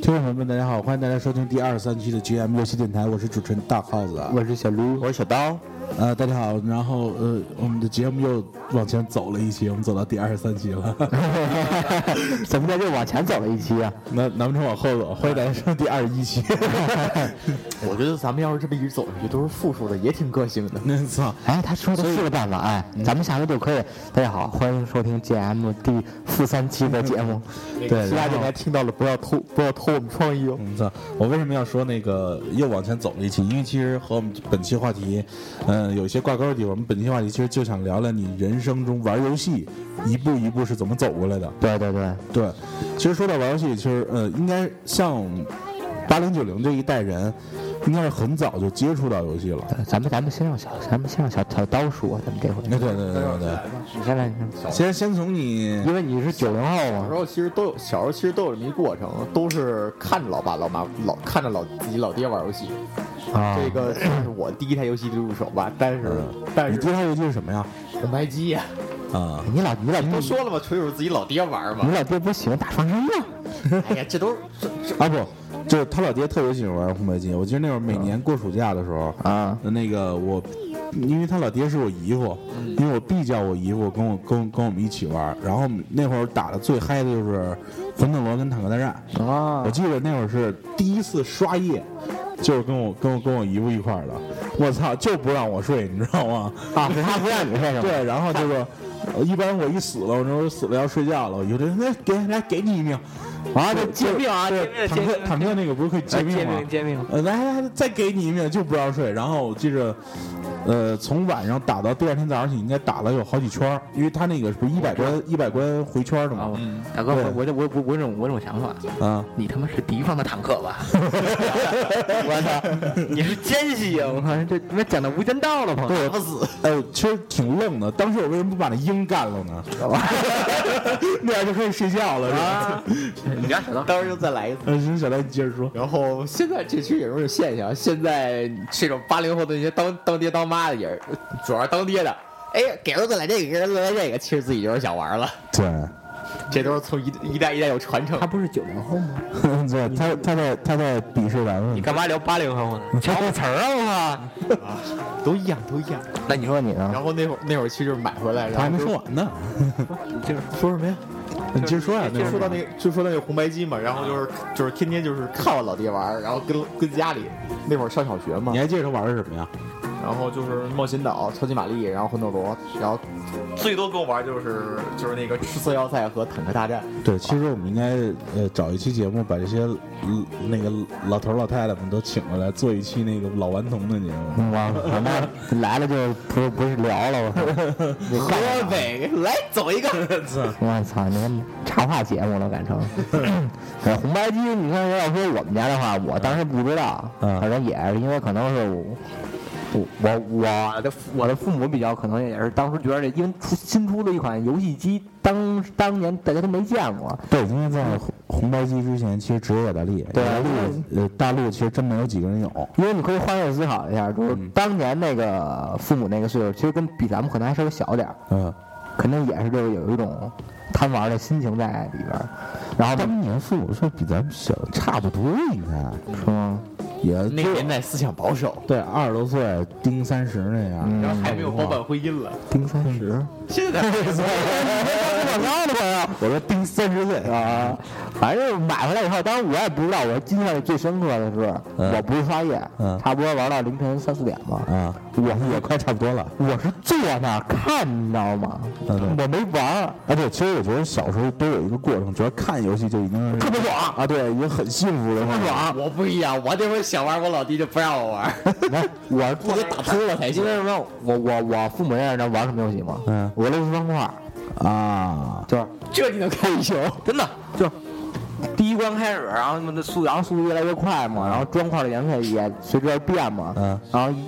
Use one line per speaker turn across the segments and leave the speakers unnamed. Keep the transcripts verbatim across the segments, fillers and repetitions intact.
听众朋友们，大家好，欢迎大家收听第二十三期的 G M 游戏电台，我是主持人大耗子，
我是小卢，
我是小刀。
呃，大家好，然后呃，我们的节目又往前走了一期，我们走到第二十三期了。
怎么叫就往前走了一期啊？
那咱们就往后走，欢迎大家收听第二十一期。
我觉得咱们要是这么一直走下去，都是负数的，也挺个性的。
那操！
哎，他说的是个办法，哎，咱们下回就可以。大家好，欢迎收听 G M 第负三期的节目。
对，
其他电台听到了，不要偷，不要偷我们创意哦。
嗯，操！我为什么要说那个又往前走了一期？因为其实和我们本期话题，嗯、呃，有一些挂钩的地方。我们本期话题其实就想聊聊你人生中玩游戏一步一步是怎么走过来的。
对对对
对，其实说到玩游戏，其实呃，应该像八零九零这一代人，应该是很早就接触到游戏了。
咱们咱们先让小咱们先让小小刀说，咱们这回。
对对对对对，
你先来，
先先从你，
因为你是九零后嘛。
小时候其实都有，小时候其实都有这么一过程，都是看着老爸老妈老看着老自己老爹玩游戏。啊，这个算是我第一台游戏的入手吧，但是、嗯、但是
你第一台游戏是什么呀？
红白机呀。
啊，
你老你老
都说了嘛，纯属自己老爹玩嘛。
你老爹不是喜欢打双生吗？
哎呀，这都是这
啊不，就是他老爹特别喜欢玩红白机。我记得那会儿每年过暑假的时候啊，那个我，因为他老爹是我姨父，嗯、因为我必叫我姨父跟我跟跟我们一起玩。然后那会儿打的最嗨的就是魂斗罗跟坦克大战啊。我记得那会儿是第一次刷夜。就是跟我跟我跟我姨夫一块儿的，我操，就不让我睡，你知道吗？
啊，是他不让你睡是吧？
对，然后这个，一般我一死了，我说死了要睡觉了，我就这来给来给你一命，
啊，这接命啊，
对，坦克坦克那个不是可以接命吗？
接命接命，
呃，来来再给你一命，就不让睡。然后我记着，呃，从晚上打到第二天早上起，应该打了有好几圈，因为他那个不是一百关一百关回圈的嘛。
嗯，大哥，我我我我我这种我这种想法啊，你他妈是敌方的坦克吧？我操，你是奸细啊！我靠，这他妈讲的无间道了吗？
对，不死。哎，其实挺愣的。当时我为什么不把那鹰干了呢？那样就可以睡觉了，是吧？
你家小刀，
当时就再来一次。
嗯，小刀你接着说。
然后现在这其实也是种现象，现在这种八零后的那些当当爹当妈的也是，主要是当爹的。哎，给儿子来这个，给儿子来这个，其实自己就是想玩了。
对。
这都是从一一代一代有传承。
他不是九零后吗？
对，他他在他在鄙视咱们。
你干嘛聊八零后呢？你瞧我词儿啊！我
啊，都一样，都一样。
那你说你呢？
然后那会儿那会儿其实买回来，
他还没说完呢。
你接着说什么呀？
你接着说呀。
就说到那个，就说到那个红白机嘛，然后就是就是天天就是看我老爹玩，然后跟跟家里那会儿上小学嘛。
你还记得他玩的是什么呀？
然后就是冒险岛、超级玛丽，然后魂斗罗，然后最多跟我玩就是就是那个赤色要塞和坦克大战。
对，其实我们应该呃找一期节目，把这些、呃、那个老头老太太们都请过来，做一期那个老顽童的节目。
哇，那来了就不不是聊了，我
喝杯，来走一个。
我操，你们插话节目了改成。红白机，你看要说我们家的话，我当时不知道，
嗯，
反正也是因为可能是我。我我的我的父母比较可能也是当时觉得，因为出新出的一款游戏机，当当年大家都没见过。
对，因为在红白机之前，其实只有雅达利，
对，
呃，大陆其实真没有几个人有。
因为你可以换位思考一下，就是当年那个父母那个岁数，其实跟比咱们可能还稍微小点儿，
嗯，
肯定也是就是有一种贪玩的心情在里边。然后
当年父母说比咱们小差不多，应该
是吗？
也
那个年代思想保守，
对，二十多岁丁三十那样，
嗯、然后还没有包办婚姻了。
丁三十，
现在
广告的朋友，
我说丁三十岁
啊，反正买回来以后，当然我也不知道，我印象里最深刻的是，嗯、我不是刷夜，嗯，差不多玩到凌晨三四点嘛，
啊，我也快差不多了，
我是坐那儿看，你知道吗？嗯、我没玩
啊，对，其实我觉得小时候都有一个过程，主要看游戏就已经
特别爽
啊，对，已经很幸福了，
特别爽。
我不一样，我那会儿想玩，我老弟就不让我玩，
我
不得打秃了才行。
因为什么？我我我父母那玩什么游戏吗？
嗯，
俄罗斯方块
啊，
就是
这你能看一宿，
真的就。第一关开始，然后那么的速，然后速度越来越快嘛，然后砖块的颜色也随之而变嘛，嗯，然后一直打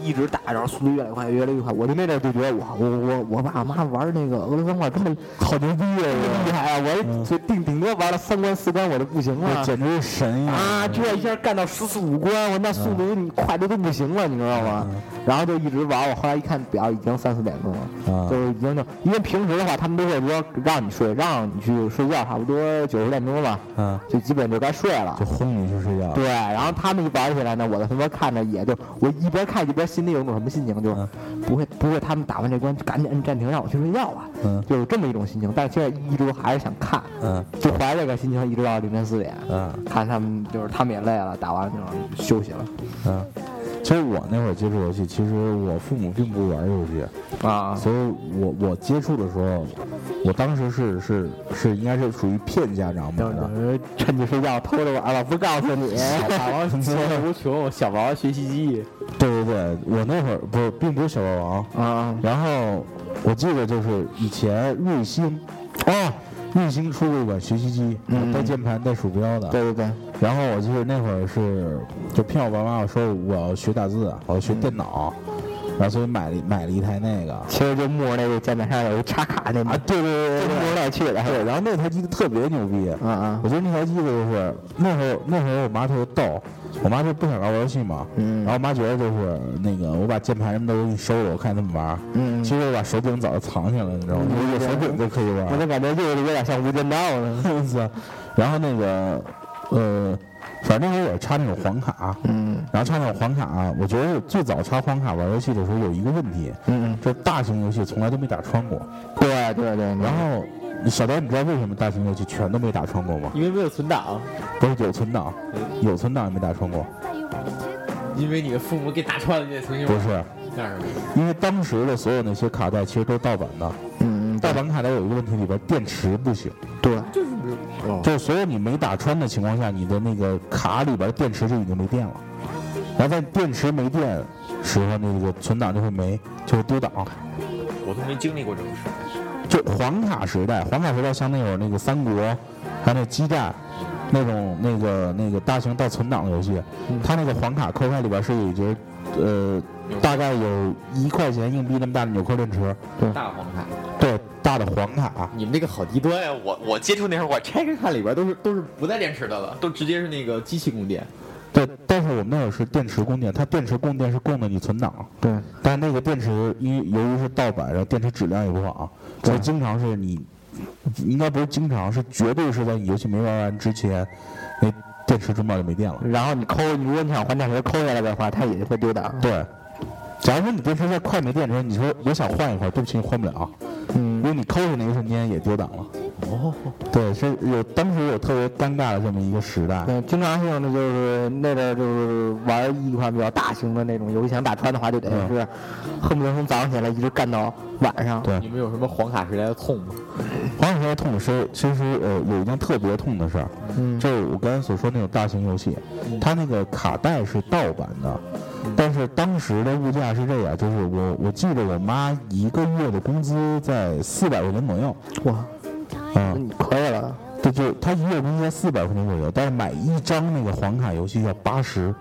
然后速度越来越快，越来越快。我就那阵就觉得我我我我爸妈玩那个俄罗斯方块这么好牛逼啊，厉害啊！我就顶顶多玩了三关四关我就不行了，
简直是神呀！
啊，这一下干到十四五关，我那速度你快的都不行了，你知道吗？然后就一直玩，我后来一看表，已经三四点钟了，就是已经就因为平时的话，他们都会说让你睡，让你去睡觉，差不多九十点钟吧，嗯，就基本就该睡了，
就轰你去睡觉。
对，然后他们一玩起来呢，我在旁边看着，也就我一边看一边心里有种什么心情，就不会不会他们打完这关赶紧摁暂停让我去睡觉吧，嗯，就有这么一种心情。但是现在一直还是想看，嗯，就怀着这个心情一直到凌晨四点，嗯，看他们就是他们也累了，打完就休息了，嗯。
其实我那会儿接触游戏，其实我父母并不玩游戏啊，所以我我接触的时候，我当时是是是应该是属于骗家长买的，
趁你睡觉偷着玩了，不告诉你。
小霸王无穷，小霸王学习机。
对对对，我那会儿不是并不是小霸王啊，然后我记得就是以前瑞星哦。瑞星出过一款学习机，嗯、带键盘带鼠标的。
对对对。
然后我记得那会儿是就骗我爸妈，我说我要学打字，我要学电脑，嗯、然后所以买了买了一台那个。
其实就摸那个键盘上有一插卡那
啊，对对对对，
摸来去的。
对，然后那台机子特别牛逼，嗯嗯，我觉得那台机子就是那会儿那会儿我妈特别逗。我妈就不想玩游戏嘛，嗯，然后我妈觉得就是那个我把键盘什么都给你收了，我看他们玩，嗯，其实我把手柄早就藏起来了，你知道吗？有手柄就可以玩。
我就感觉就是有点像无间道了，
是。然后那个，呃，反正那会儿也插那种黄卡，嗯，然后插那种黄卡，我觉得最早插黄卡玩游戏的时候有一个问题，嗯，就是大型游戏从来都没打穿过。
对对对，
然后。小刀，你知道为什么大型游戏全都没打穿过吗？
因为没有存档。
不是有存档，有存档也没打穿过。
因为你的父母给打穿了，你得重新玩。
不是，因为当时的所有那些卡带其实都是盗版的。嗯，盗版卡带有一个问题，里边电池不行。
对，
就是
就是所有你没打穿的情况下，你的那个卡里边电池就已经没电了。然后在电池没电时候，那个存档就会没，就会丢档。
我都没经历过这种事。
就黄卡时代，黄卡时代像那会儿那个三国，还有那激战，那种那个那个大型带存档的游戏，嗯、它那个黄卡扣开里边是有一节，呃，大概有一块钱硬币那么大的纽扣电池，
对，大黄卡，
对，大的黄卡。
你们这个好低端呀！我我接触那会儿，我拆开看里边都是都是不带电池的了，都直接是那个机器供电。
对，但是我们那会儿是电池供电，它电池供电是供的你存档。
对，
但那个电池因由于是盗版，然后电池质量也不好，所以经常是你，应该不是经常，是绝对是在你游戏没玩完之前，那电池中报就没电了。
然后你抠，如果你想换电池抠下来的话，它也会丢档。
对，假如说你电池在快没电的时候，你说我想换一块，对不起，你换不了，嗯，因为你抠的那一瞬间也丢档了。哦，对，是有当时有特别尴尬的这么一个时代。
对，经常性的就是那阵就是玩一款比较大型的那种游戏，想打穿的话就得是、嗯、恨不得从早上起来一直干到晚上。
对，
你们有什么黄卡时代的痛吗？
黄卡时代痛是其实呃有一件特别痛的事儿，嗯，就是我刚才所说那种大型游戏，嗯、它那个卡带是盗版的。但是当时的物价是这样，就是我我记得我妈一个月的工资在四百块钱左右。
哇，嗯，你亏了。
对，就她一月工资在四百块钱左右，但是买一张那个黄卡游戏要八十。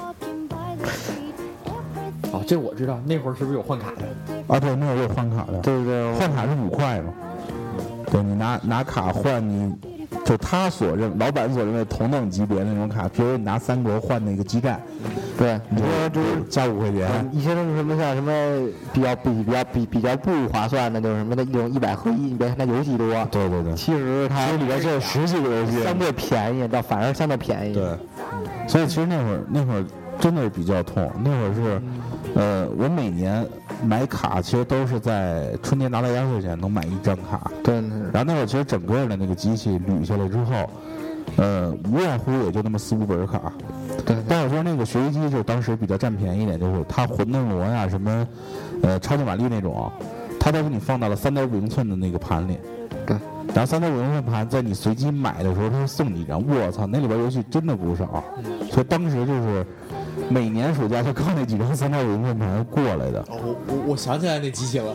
哦，这我知道，那会儿是不是有换卡的？
啊，对，那会儿有换卡的。
对对，
换卡是五块嘛。对，你拿拿卡换你。就他所认老板所认为同等级别的那种卡，比如你拿三国换那个激战，
对，
你说就是加五块钱。
一些什么像什么比较比比较比比较不划算的，就是什么的一种一百合一，你别看它游戏多，
对对对，
其实它
里边就有十几个游戏，
相对便宜，但反而相对便宜。
对，所以其实那会儿那会儿真的是比较痛，那会儿是，呃，我每年买卡其实都是在春节拿到压岁钱能买一张卡。
对，
然后那会儿其实整个的那个机器捋下来之后，呃，无外乎也就那么四五本卡。
对，
但我说那个学习机就当时比较占便宜一点，就是它魂斗罗呀什么，呃，超级玛丽那种，它都给你放到了三点五英寸的那个盘里。
对，
然后三点五英寸盘在你随机买的时候，它会送你一张。我操，那里边游戏真的不少，所以当时就是每年暑假就靠那几张三点五英寸盘过来的。
哦，我我我想起来那机器了。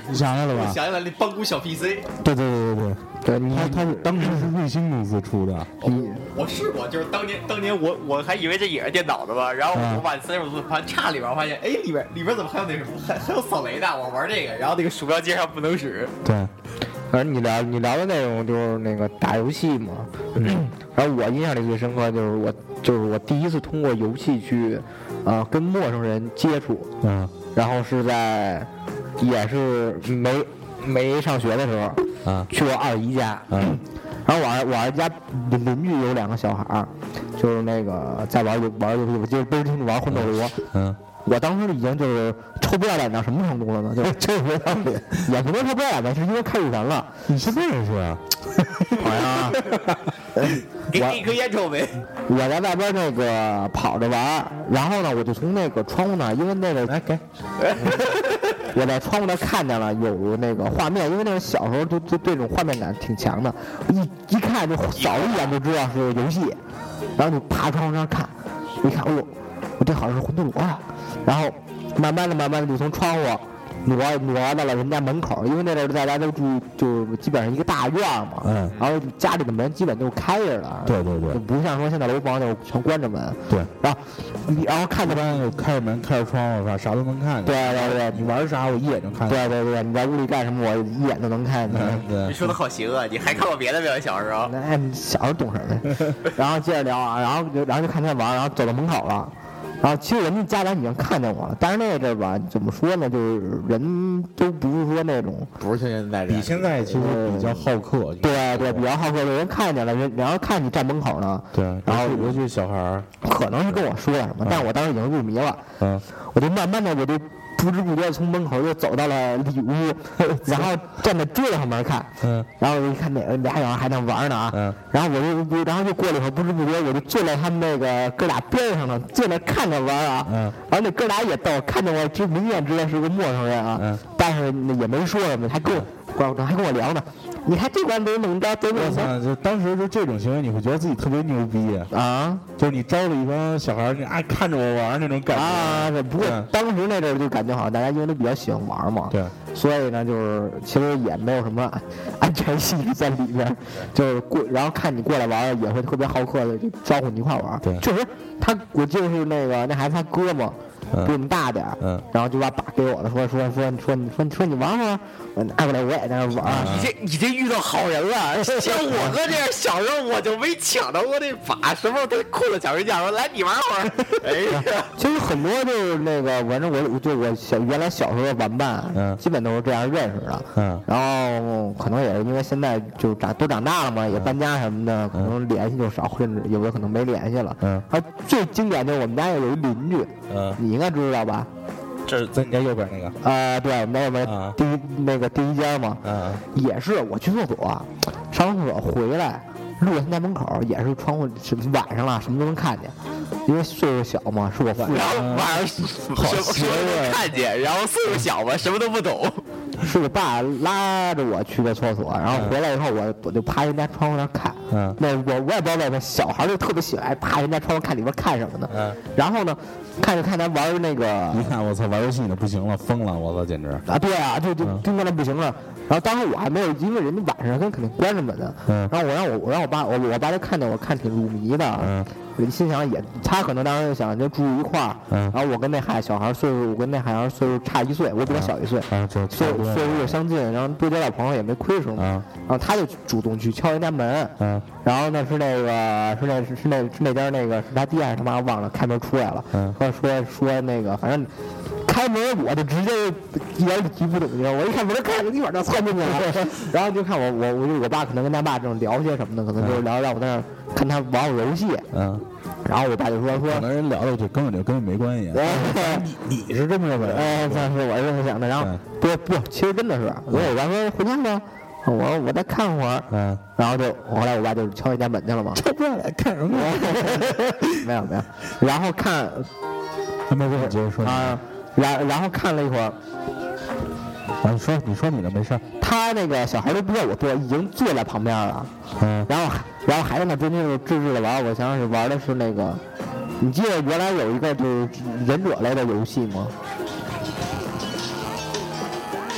你想起来了吧？
我想起来那邦古小 P C。
对对对对对。
对，
他他是当时是瑞星公司出的。
我我试过，就是当年当年我我还以为这也是电脑的吧，然后我把三六五盘插里边，我发现哎里边里边怎么还有那什么还还有扫雷的，我玩这个，然后那个鼠标接上不能使。
对，
反正你聊你聊的内容就是那个打游戏嘛，嗯、然后我印象里最深刻就是我就是我第一次通过游戏去，呃跟陌生人接触，
嗯，
然后是在也是没没上学的时候。
啊，
去我二姨家，嗯，然后我二我二姨家邻邻居有两个小孩儿，就是那个在玩游玩游戏，我记得倍儿清楚，玩魂斗罗，嗯，我当时已经就是臭不要脸到什么程度了呢？就是臭不要脸，也不能臭不要脸吧，是因为开始人了。
你现在也是啊？
好呀，
给你一颗烟抽没？
我在外边那个跑着玩，然后呢，我就从那个窗户那儿，因为那个来给。我在窗户那看见了有那个画面，因为那个小时候就就对这种画面感挺强的，一一看就扫一眼就知道是游戏，然后就爬窗户那看，一看哦，我这好像是魂斗罗啊，然后慢慢的慢慢的就从窗户挪挪到了人家门口，因为那阵儿大家都住就是基本上一个大院嘛，嗯，然后家里的门基本都开着的，
对对对，
不像说现在楼房就全关着门，
对，
然后然后看着
般就开着门开着窗户啥啥都能看见，
对对对，
你玩啥我一眼就看
见，对对对，你在屋里干什么我一眼就能看见，
你说的好邪恶，你还看过别的没有？小时候？
那小时候懂什么？然后接着聊啊，然后就然后就看他玩，然后走到门口了。然后其实人家家长已经看见我了，但是那阵儿吧，怎么说呢，就是人都不是说那种，
不是像现在
比现在其实比较好客，
对对，比较好客，有人看见了，人然后看你站门口呢，
对，
然后
尤其是小孩儿，
可能是跟我说了什么，但是我当时已经入迷了，嗯，我就慢慢的我就不知不觉从门口又走到了里屋，然后站在桌子上面看，嗯，然后我一看那俩小孩还在玩呢啊，嗯，然后我就然后就过了一会儿，不知不觉我就坐在他们那个哥俩边上了，坐那看着玩啊，嗯，然后那哥俩也逗，看着我知明显知道是个陌生人啊，嗯，但是也没说什么，还跟我关还跟我聊呢。你看这关都能着，都能着。
就当时就这种行为，你会觉得自己特别牛逼
啊！
就是你招了一帮小孩，你啊看着我玩那种感觉
啊。不过当时那阵儿就感觉好像大家因为都比较喜欢玩嘛，
对，
所以呢就是其实也没有什么安全系在里边，就是过然后看你过来玩也会特别好客的就招呼你一块玩。
对，
确实他我就是那个那孩子他哥嘛。比我们大点儿，嗯，然后就把把给我了，说说说说你说说你玩玩，我拿过来我也在那玩。
你这你这遇到好人了，像我哥这样小时候我就没抢到过那把，什么时候都困了小睡觉说来你玩会儿。哎呀，
其实很多就是那个，反正我就我小原来小时候的玩伴，嗯，基本都是这样认识的，嗯，然后可能也是因为现在就长都长大了嘛，也搬家什么的，可能联系就少，甚至有的可能没联系了，嗯，然后最经典就是我们家有一邻居，嗯，你应该知道吧？
这是在你家右边那个？
呃，对，我们家右边第一、啊、那个第一间嘛，嗯，也是我去厕所，上完厕所回来，路过他家门口，也是窗户晚上了，什么都能看见，因为岁数小嘛，是我父亲。
然后晚上什么什么都能看见，然后岁数小嘛，什么都不懂。
是我爸拉着我去的厕所，然后回来以后我我就趴人家窗户那看，嗯，那我我也不知道为什么小孩就特别喜欢趴人家窗户看里边看什么呢，嗯，然后呢，看着看他玩那个，
一看我操，玩游戏呢不行了，疯了，我操，简直
啊，对啊，就就盯在那不行了。然后当时我还没有，因为人家晚上跟肯定关着门的，嗯，然后我让我我让我爸我我爸就看见我看挺入迷的，嗯，我心想也他可能当时就想就住一块儿，嗯，然后我跟那孩小孩岁数我跟那孩子岁数差一岁，我比他小一岁，嗯，岁岁数又相近，然后多交点朋友也没亏什么，嗯，然后他就主动去敲人家门，嗯，然后呢是那个是那是是那是那家那个是他爹还是他妈忘了，开门出来了，嗯，说说说那个反正。开门我就直接一点理不懂，我一看门开了，立马就窜进去了。然后就看我我我我爸可能跟他爸正聊些什么的，可能就是聊让我在那看他玩会游戏。嗯。然后我爸就说说，
可能人聊的就根本就跟我没关系。你你是这么认为？
哎，那是我这么想的。然后不不，其实真的是，我我爸说回家吧，我我再看会儿。嗯。然后就后来我爸就敲人家门去了嘛。
这不来看什么？
没有没有。然后看，
他没跟我接着说
啊。然然后看了一会儿，
啊，你说你说你的没事。
他那个小孩都不知道我坐，已经坐在旁边了。嗯。然后然后还在那津津志志的玩，我想想是玩的是那个，你记得原来有一个就是忍者类的游戏吗？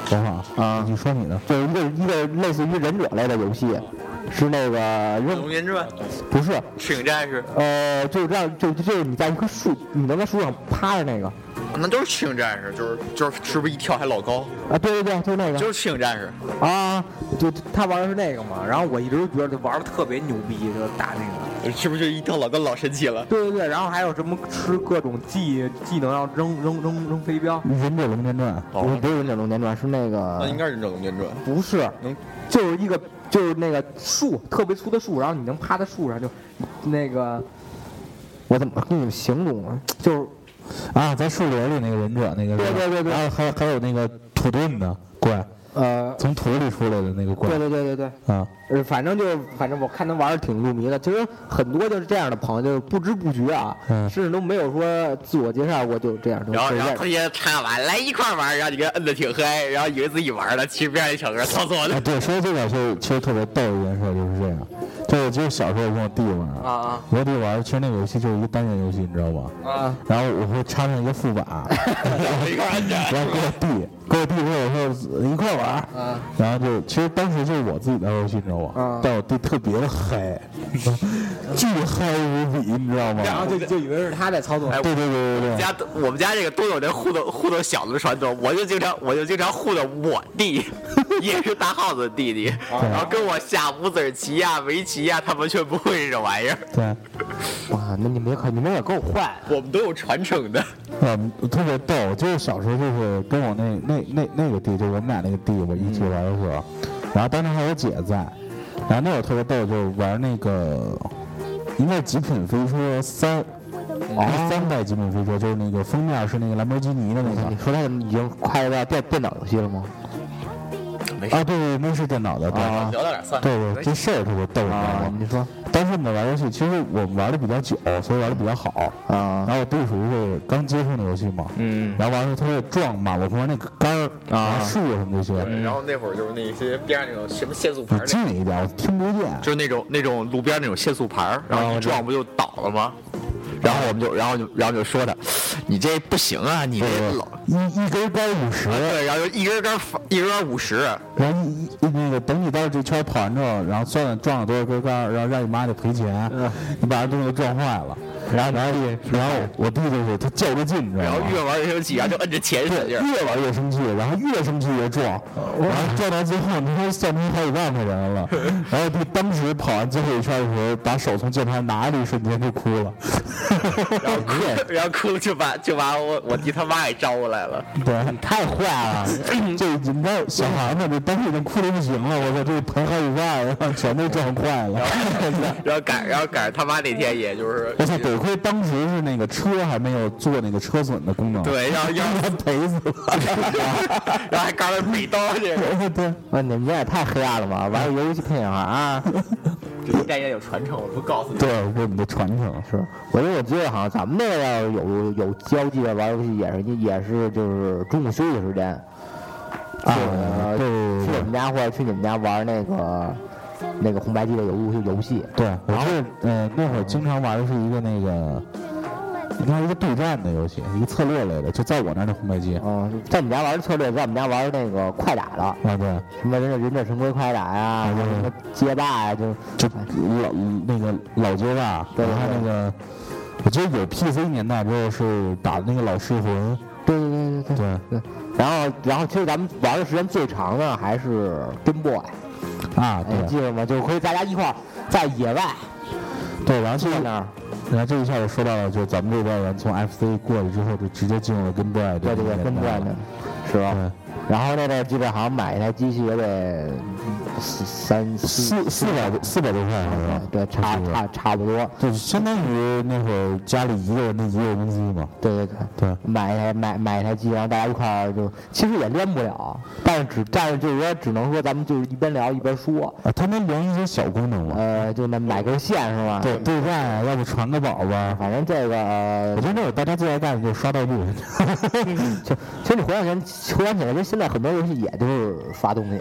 多少啊？你说你的，
就是一个一个类似于忍者类的游戏，是那个
《龙剑传》
不是
赤影战士，
呃，就是这样，就就是你在一棵树，你能在树上趴着那个。
那都是赤影战士，就是就是是不是一跳还老高
啊？对对对，就是那个，
就是赤影战士
啊，就他玩的是那个嘛。然后我一直觉得玩的特别牛逼，就打那
个，是不是一跳老高老神奇了？
对对对，然后还有什么吃各种技技能，要扔扔扔扔飞镖。
忍者龙剑传，
不是不是忍者龙剑传，是那个。
那应该是忍者龙剑传。
不是，就是一个就是那个树，特别粗的树，然后你能趴在树上，就那个，我怎么跟你们形容啊？就是。
啊，在树林里那个忍者那个，
对对对对，
然后还还有那个土遁的怪，
呃，
从土里出来的那个怪，
对对对对对，
啊，
呃，反正就反正我看他玩的挺入迷的。其实很多就是这样的朋友，就是不知不觉啊，嗯、甚至都没有说自我介绍过，就这样。
然后然后同学唱完来一块玩，然后你给摁的挺嗨，然后以为自己玩了，其实边上一小哥操作的。
啊，对，说到这个就其实特别逗的一件事就是这样。就就是小时候跟我弟玩啊，我弟玩，其实那个游戏就是一个单人游戏，你知道吧？啊，然后我会插上一个副把，然后跟我弟，跟我弟说我说一块玩，啊，然后就其实当时就是我自己的游戏，你知道吧？啊，但我弟特别的嗨，巨嗨无比，你知道吗？
然后就就以为是他在操作。
对对对对对。
我们家我们家这个都有这互动互动小的传统，我就经常我就经常互动我弟，也是大耗子的弟弟，然后跟我下五子棋呀、围棋呀，他们却不会这玩意儿。
对。
哇，那你们也可你们也够坏，
我们都有传承的。
嗯，特别逗，就是小时候就是跟我那那那那个弟，就是我们俩那个弟，我一起玩的时候，然后当时还有姐在，然后那会儿特别逗，就是玩那个应该是极品飞车三。哦，三代极品飞车就是那个封面是那个兰博基尼的那个。
你说他已经快到电电脑游戏了吗？
啊，对对，那是电脑的，对
啊，聊到哪算？
对对，这事儿特别逗，你知道吗？
你说，
当时我们玩游戏，其实我玩的比较久，所以玩的比较好啊。然后我弟属于是刚接触那游戏嘛，嗯，然后完了他会撞马路旁那个杆儿啊、树什么这些。
然后那会儿就是那些边上那种什么限速牌，
近一点，我听不见。
就是那种那种路边那种限速牌，然后一撞不就倒了吗？然后我们就，然后就，然后就说他，你这不行啊，你这老
一一根杆五十，
对，然后就一根杆一根杆五十，
然后一那个等你到这圈跑完之后，然后算算撞了多少根杆，然后让你妈就赔钱，你把这东西撞坏了。然后，然后，然后我弟就是他较着劲，你知道吗？
然后越玩越生气，然后就摁着前使劲，
越玩越生气，然后越生气越撞，然后撞到最后，你说算出好几万块钱了。然后弟当时跑完最后一圈的时候，把手从键盘拿的一瞬间就哭了，
然后哭，然后哭了就把就把我我弟他妈给招过来了。
对，太坏了，这你知道小孩子这当时已经哭得不行了，我操，这赔好几万，然后全都撞坏了。
然后赶然后赶上他妈那天，也就是
我操，得亏当时是那个车还没有做那个车损的功能，
对，要要
他赔死了，
然后还搞了美刀去，
对，哇，你们这也太黑暗了吧！玩游戏骗小孩啊，
这应该也有传承，我不告诉你。
对，我们的传承
是，我因为我记得好像咱们那个要有有交际的玩游戏，也是也是就是中午休息时间，啊，对，去我们家或者去你们家玩那个。那个红白机的游游戏，
对，然后呃那会儿经常玩的是一个那个，应该是一个对战的游戏，一个策略类的，就在我那儿的红白机。
嗯，在你家玩策略，在我们家玩那个快打的。啊，
对，
什么忍者忍者神龟快打呀，什么街霸呀，就
就老那个老街霸，
对，
然后那个，我记得有 P C 年代之后是打那个老噬魂。
对对对对对对。然后然后其实咱们玩的时间最长的还是 Game Boy。
啊，对，
记得吗？就可以大家一块儿在野外，
对，然后
就在那儿，
然后这一下就说到了，就咱们这边人从 F C 过去之后，就直接进入了Game Boy，
对对对，Game Boy的，是吧？然后那阵记得好像买一台机器也得三
四四百四百多块是吧？
对，差差差不多，
就相当于那会儿家里一个人的一个月工资嘛。
对对对
对，
买一台买买一台机，然后大家一块儿就，其实也连不了，但是只但是就是说只能说咱们就是一边聊一边说。
啊，它能连一些小功能吗？
呃，就那买根线是吧？
对对战，要不传个宝吧。
反正这个，
我觉得那会儿大家最爱干的就是刷道具。
就其实你回想起来，回想起来，就现在很多游戏也就是刷东西。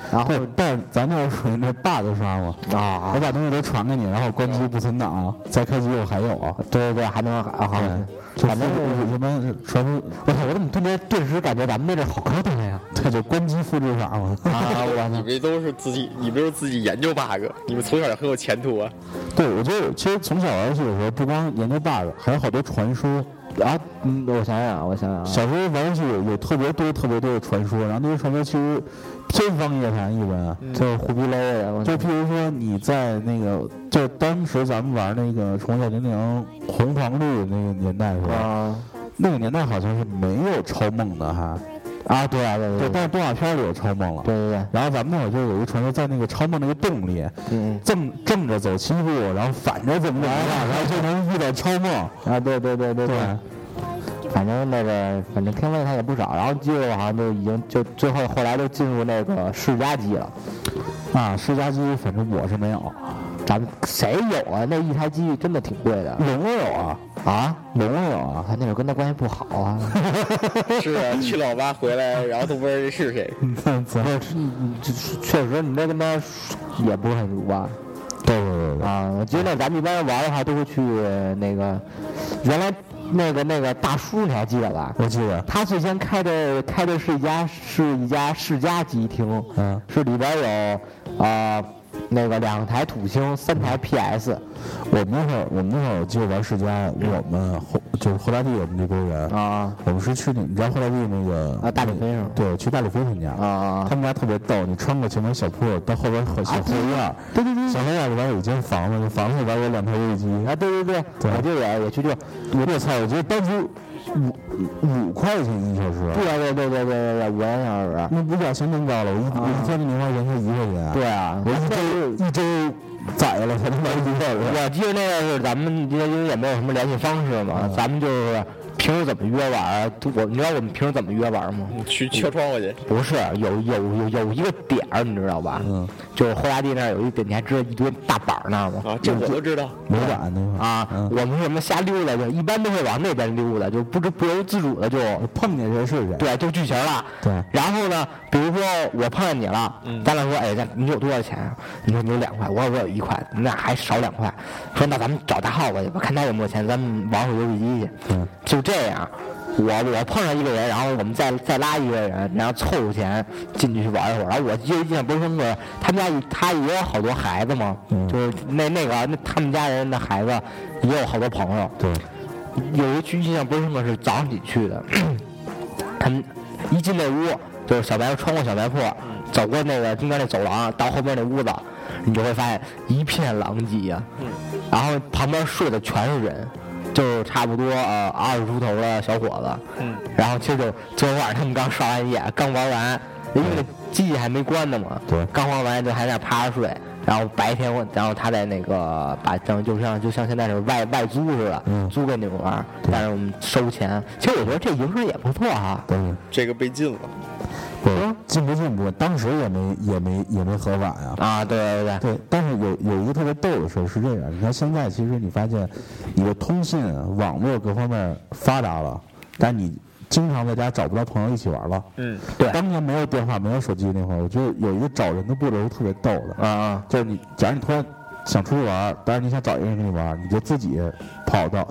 然后
但咱这属于那霸着刷嘛啊，我把东西都传给你，然后关机不存档，再开机我还有啊，
对对对，还能啊好，
反正什么传输，
我操，我怎么顿时顿时感觉咱们那这好高端呀？
对，就关机复制法嘛
啊，我你们都是自己，你们都是自己研究 bug， 你们从小也很有前途啊。
对，我觉得其实从小玩游戏的时候，不光研究 bug， 还有好多传说。
然后，嗯，我想想，我想想，
小时候玩游戏有有特别多、特别多的传说，然后那些传说其实天方夜谭一般，
嗯、就是胡逼勒的。
就譬如说你在那个，就当时咱们玩那个《宠物小精灵》红黄绿那个年代的时候，啊、那个年代好像是没有超梦的哈。
啊，对啊，对对
对，但是动画片里有超梦了。
对对对。
然后咱们那会儿就有一个传说，在那个超梦那个洞里，嗯，正正着走七步，然后反着怎么怎么样，然后就能遇到超梦。
啊，对对对对对。反正那个，反正听问他也不少，然后记得好像就已经就最后后来就进入那个世嘉机了。
啊，世嘉机，反正我是没有。
咱们谁有啊？那一台机真的挺贵的。
龙有啊。
啊，
龙有啊，
他那会儿跟他关系不好啊。
是啊，去老爸回来，然后都不知道这是谁。
不是，确实你这跟他也不是很熟吧？
对对对对。
啊，我记得那咱们一般玩的话都会去那个，原来那个那个大叔你还记得吧？
我记得。
他最先开的开的是一家是一家世嘉机厅，嗯，是里边有啊。呃那个两台土星，三台 P S。
我们那会儿，我们那会儿就玩世嘉，我们后就是后来地我们这波人啊，我们是去你知道后来地那个
啊大李飞是吧？
对，去大李飞他们家
啊，
他们家特别逗，你穿过前门小铺到后边小后院，
对对对，
小后院里边有一间房子，那房子里边有两台游戏机
啊，对对对，我就也也去这，
我操，我觉得当时五五块钱一小时，
对对对对对对对，五块钱小时，
那物价相当高了，我一我一天零花钱才一块钱，
对啊，
我一周一周。宰了才能买一个。
我记得那个是咱们因为也没有什么联系方式嘛，嗯、咱们就是平时怎么约玩？我你知道我们平时怎么约玩吗？
去敲窗户去？
不是，有有有有一个点儿，你知道吧？嗯，就是后大地那儿有一点，你还知道一堆大板那儿吗？
啊，这我都知道。
模板那个
啊，嗯、我们是什么瞎溜达，就一般都会往那边溜达，就不知不由自主的就
碰见谁是谁。
对，就聚齐了。
对。
然后呢，比如说我碰见你了，嗯、咱俩说，哎，你有多少钱？你说你有两块，我说我有一块，那还少两块。说那咱们找大耗子去吧，看他有没有钱，咱们玩会游戏机去。嗯，就这样。我我碰上一个人，然后我们再再拉一个人，然后凑出钱进去去玩一会儿。然后我就印象不是深刻，他们家他也有好多孩子嘛，嗯、就是那那个那他们家人的孩子也有好多朋友。
对，
有一区印象不是深刻，是早上起去的，他们一进那屋就是小白穿过小白铺，走过那个中间那走廊，到后面那屋子，你就会发现一片狼藉呀、啊。嗯、然后旁边睡的全是人。就差不多呃二十出头的小伙子，嗯，然后其实就昨天晚上他们刚上完夜，刚玩完，因为那机器还没关呢嘛，
对，
刚玩完就还在那趴着睡，然后白天然后他在那个把正就像就像现在是外外租似的，嗯，租给你们玩，但是我们收钱，其实我觉得这营生也不错哈，
对，
这个被禁了。
对，进不进不，当时也没也没也没合法呀。
啊，对对对
对，但是有有一个特别逗的事是这样，你看现在其实你发现，你的通信、网络各方面发达了，但你经常在家找不到朋友一起玩了。
嗯，对。
当年没有电话、没有手机那会儿，我觉得有一个找人的步骤是特别逗的。
啊啊，
就是你，假如你突然想出去玩，但是你想找一个人跟你玩，你就自己跑到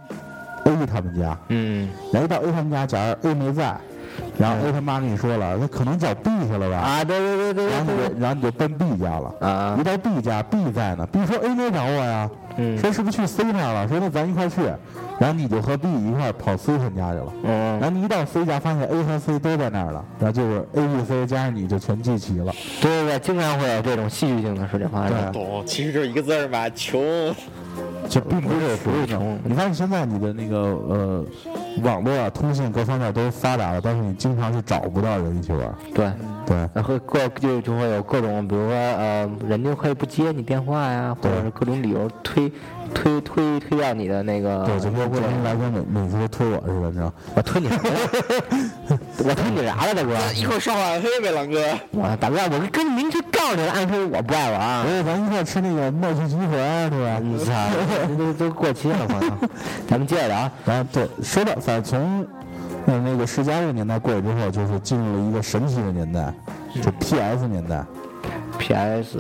A A 他们家。
嗯。
然后到 A 他们家，假如 A 没在。然后 A 他妈跟你说了，他可能找 B 去了吧？
啊，对对对对。
然后你就然后你就奔 B 家了。
啊。
一到 B 家 ，B 在呢 ，B 说 A 没找我呀。嗯。说是不是去 C 那了？说那咱一块去。然后你就和 B 一块跑 C 他家去了。嗯。然后你一到 C 家，发现 A 和 C 都在那儿了，然后就是 A、B、C 加上你就全聚齐了。
对对对，经常会有这种戏剧性的事情发生。
懂，其实就是一个字儿吧，穷。
就并不是不是穷，你发现现在你的那个呃网络啊、通信各方面都发达了，但是你经常是找不到人一起玩。
对
对，
然后各就就会有各种，比如说呃，人家可以不接你电话呀，或者是各种理由推推推推掉你的那个。
对，就包括人来说每每次都推我似的，你知道？
我推你啥？我推你啥了，大哥？
一会儿上暗黑呗，狼哥。
我大哥，我跟明确告诉你了，暗黑我不爱玩。
所以咱一块吃那个麦趣鸡魂，是吧？
你操，都都过期了，朋友。咱们接着聊。
然后对，说到反正从呃那个世嘉这个年代过去之后，就是进入了一个神奇的年代， 就 P S 年代。
P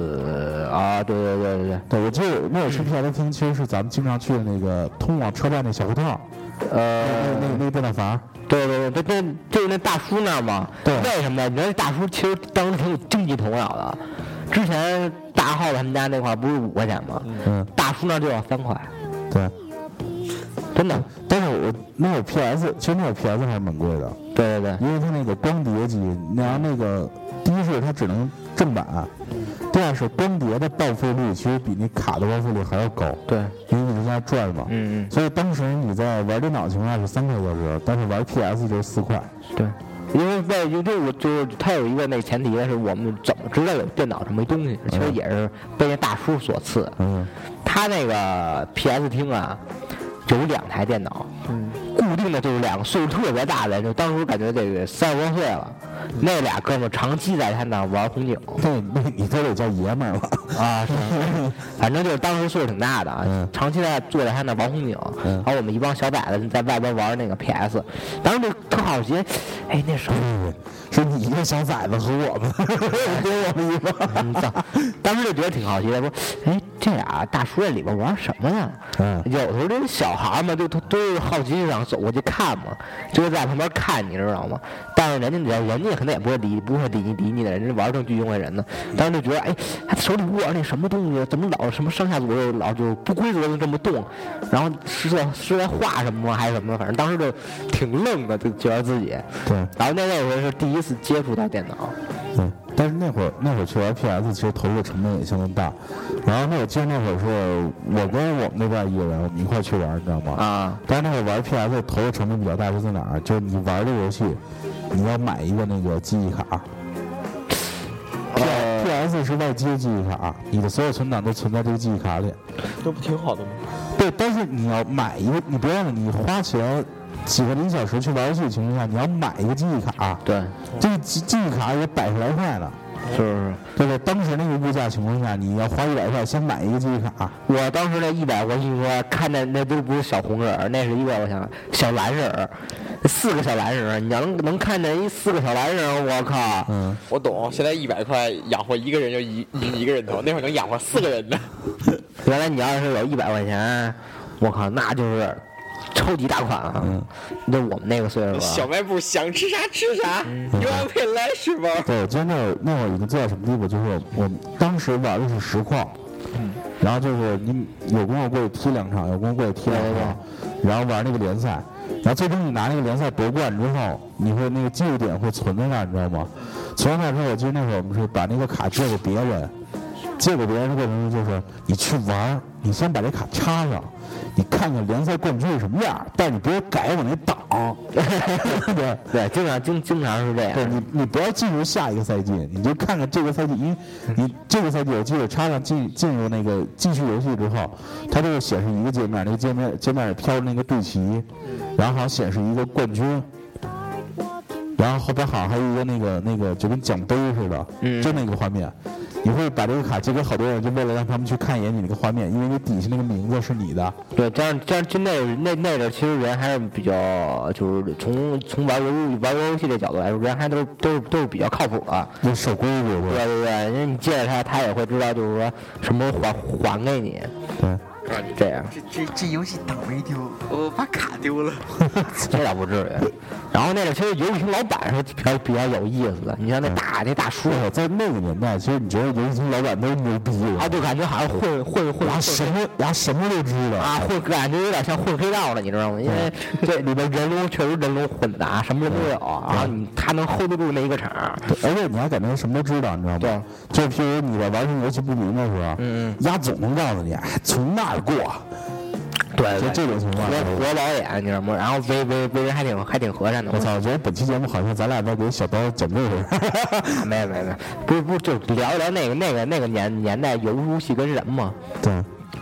S 啊，对对对对对，
对我记得那会儿去 P S 厅，其实是咱们经常去的那个通往车站那小胡同，呃，那那那个电脑房。
对对对，这这就是那大叔那儿嘛。
对。
为什么呢？你知道那大叔其实当时挺有经济头脑的。之前大号子他们家那块儿不是五块钱吗？嗯。大叔那儿就要三块。
对。
真的。
但是我那会儿 P S， 其实那会儿 P S 还是蛮贵的。
对对对。
因为它那个光碟机，然后那个第一是它只能正版，第二是光碟的报废率其实比那卡的报废率还要高。
对。
因为一直在转嘛。嗯嗯。所以当时你在玩电脑情况下是三块小时，但是玩 P S 就是四块。
对。因为在就这我就是它有一个那前提的是我们怎么知道有电脑这么一东西，其实也是被那大叔所赐。嗯。他那个 P S 厅啊。有两台电脑，嗯，固定的就是两个岁数特别大的，就当时感觉这个三十多岁了，那俩哥们长期在他那玩红警。
那那你这得叫爷们儿了
啊！是，反正就是当时岁数挺大的啊，嗯、长期在坐在他那玩红警，嗯、然后我们一帮小崽子在外边玩那个 P S， 当时就特好奇，哎，那时候
是你这小崽子和我们，给我们一帮，
当时就觉得挺好奇的，说，哎，这俩大叔在里边玩什么呢？嗯，有时候这小孩嘛，就都都是好奇想走过去看嘛，就在旁边看，你知道吗？但是人家人家可能也不会理不会理你理你的，人家玩正聚精会神的，当时就觉得，哎，他手里握着那什么东西，怎么老什么上下左右老就不规则的这么动，然后是在是在画什么还是什么，反正当时就挺愣的，就觉得自己
对，
然后那那回是第一次接触到电脑，
对。但是那会儿那会儿去玩 P S， 其实投入成本也相当大。然后那我记得那会儿是我跟我们那边一个人，我们一块去玩，你知道吗？啊。但是那会儿玩 P S 投入成本比较大是在哪儿？就是你玩这个游戏，你要买一个那个记忆卡。P S 是外接记忆卡，你的所有存档都存在这个记忆卡里。
这不挺好的吗？
对，但是你要买一个，你别忘了，你花钱。几个零小时去玩游戏的情况下，你要买一个记忆卡，
对，
这个记记忆卡也百十来块呢，
是不是？
对对，当时那个物价情况下，你要花一百块先买一个记忆卡。
我当时那一百块，你说看那那都不是小红人，那是一个我想小蓝人，四个小蓝人，你要能能看见一四个小蓝人，我靠！
嗯，我懂。现在一百块养活一个人就一一个人头，那会儿能养活四个人呢。
原来你要是有一百块钱，我靠，那就是。超级大款啊！嗯，就我们那个岁数，
小卖部想吃啥吃啥，有安配来是吧？
对，我记得那会儿那会儿已经做到什么地步？就是我当时玩的是实况，嗯，然后就是你有功夫过去踢两场，有功夫过去踢两场，然后玩那个联赛，然后最终你拿那个联赛夺冠之后，你会那个记录点会存在那儿，你知道吗？存在那之后，我记得那会儿我们是把那个卡借给别人，借给别人的过程中就是你去玩，你先把这卡插上。你看看联赛冠军是什么样，但是你不要改我那档。
对对，经常经经常是这样。
对你你不要进入下一个赛季，你就看看这个赛季，因为你这个赛季我记得插上进进入那个继续游戏之后，它就会显示一个界面，那个界面界面里飘着那个队旗，然后好像显示一个冠军，然后后边好像还有一个那个那个就跟奖杯似的，嗯，就那个画面。你会把这个卡借给好多人，就为了让他们去看一眼你那个画面，因为你底下那个名字是你的。
对，这样这样就那那那阵其实人还是比较，就是从从玩游玩游戏这角度来说，人还都是都是都是比较靠谱的，
就守规矩。
对对对，因为你借了他，他也会知道，就是说什么还还给你。
对。
这样，
这这这游戏档没丢，我把卡丢了，
这倒不至于。然后那个其实游戏厅老板是比较比较有意思的，你像那大那大叔，
在那个年代，其实你觉得游戏厅老板都牛逼了
啊，就感觉好像混混混，
然后什么然后什么都知道
啊，混感觉有点像混黑道了，你知道吗？因为这里边人龙确实人龙混杂，什么人都有，然后你他能 hold 得住那一个场，
而且你还感觉什么都知道，你知道吗？
对，
就譬如你在玩什么游戏不明的时候，嗯，丫总能告诉你，哎，从那儿过。
对，
就这种情况，
活老眼，你知道吗？然后为为为人还挺还挺和善的。
我操！我觉得本期节目好像咱俩在给小刀讲故事。
没有没有没有，不是不是，就聊一聊那个那个那个年年代游游戏跟人嘛。
对。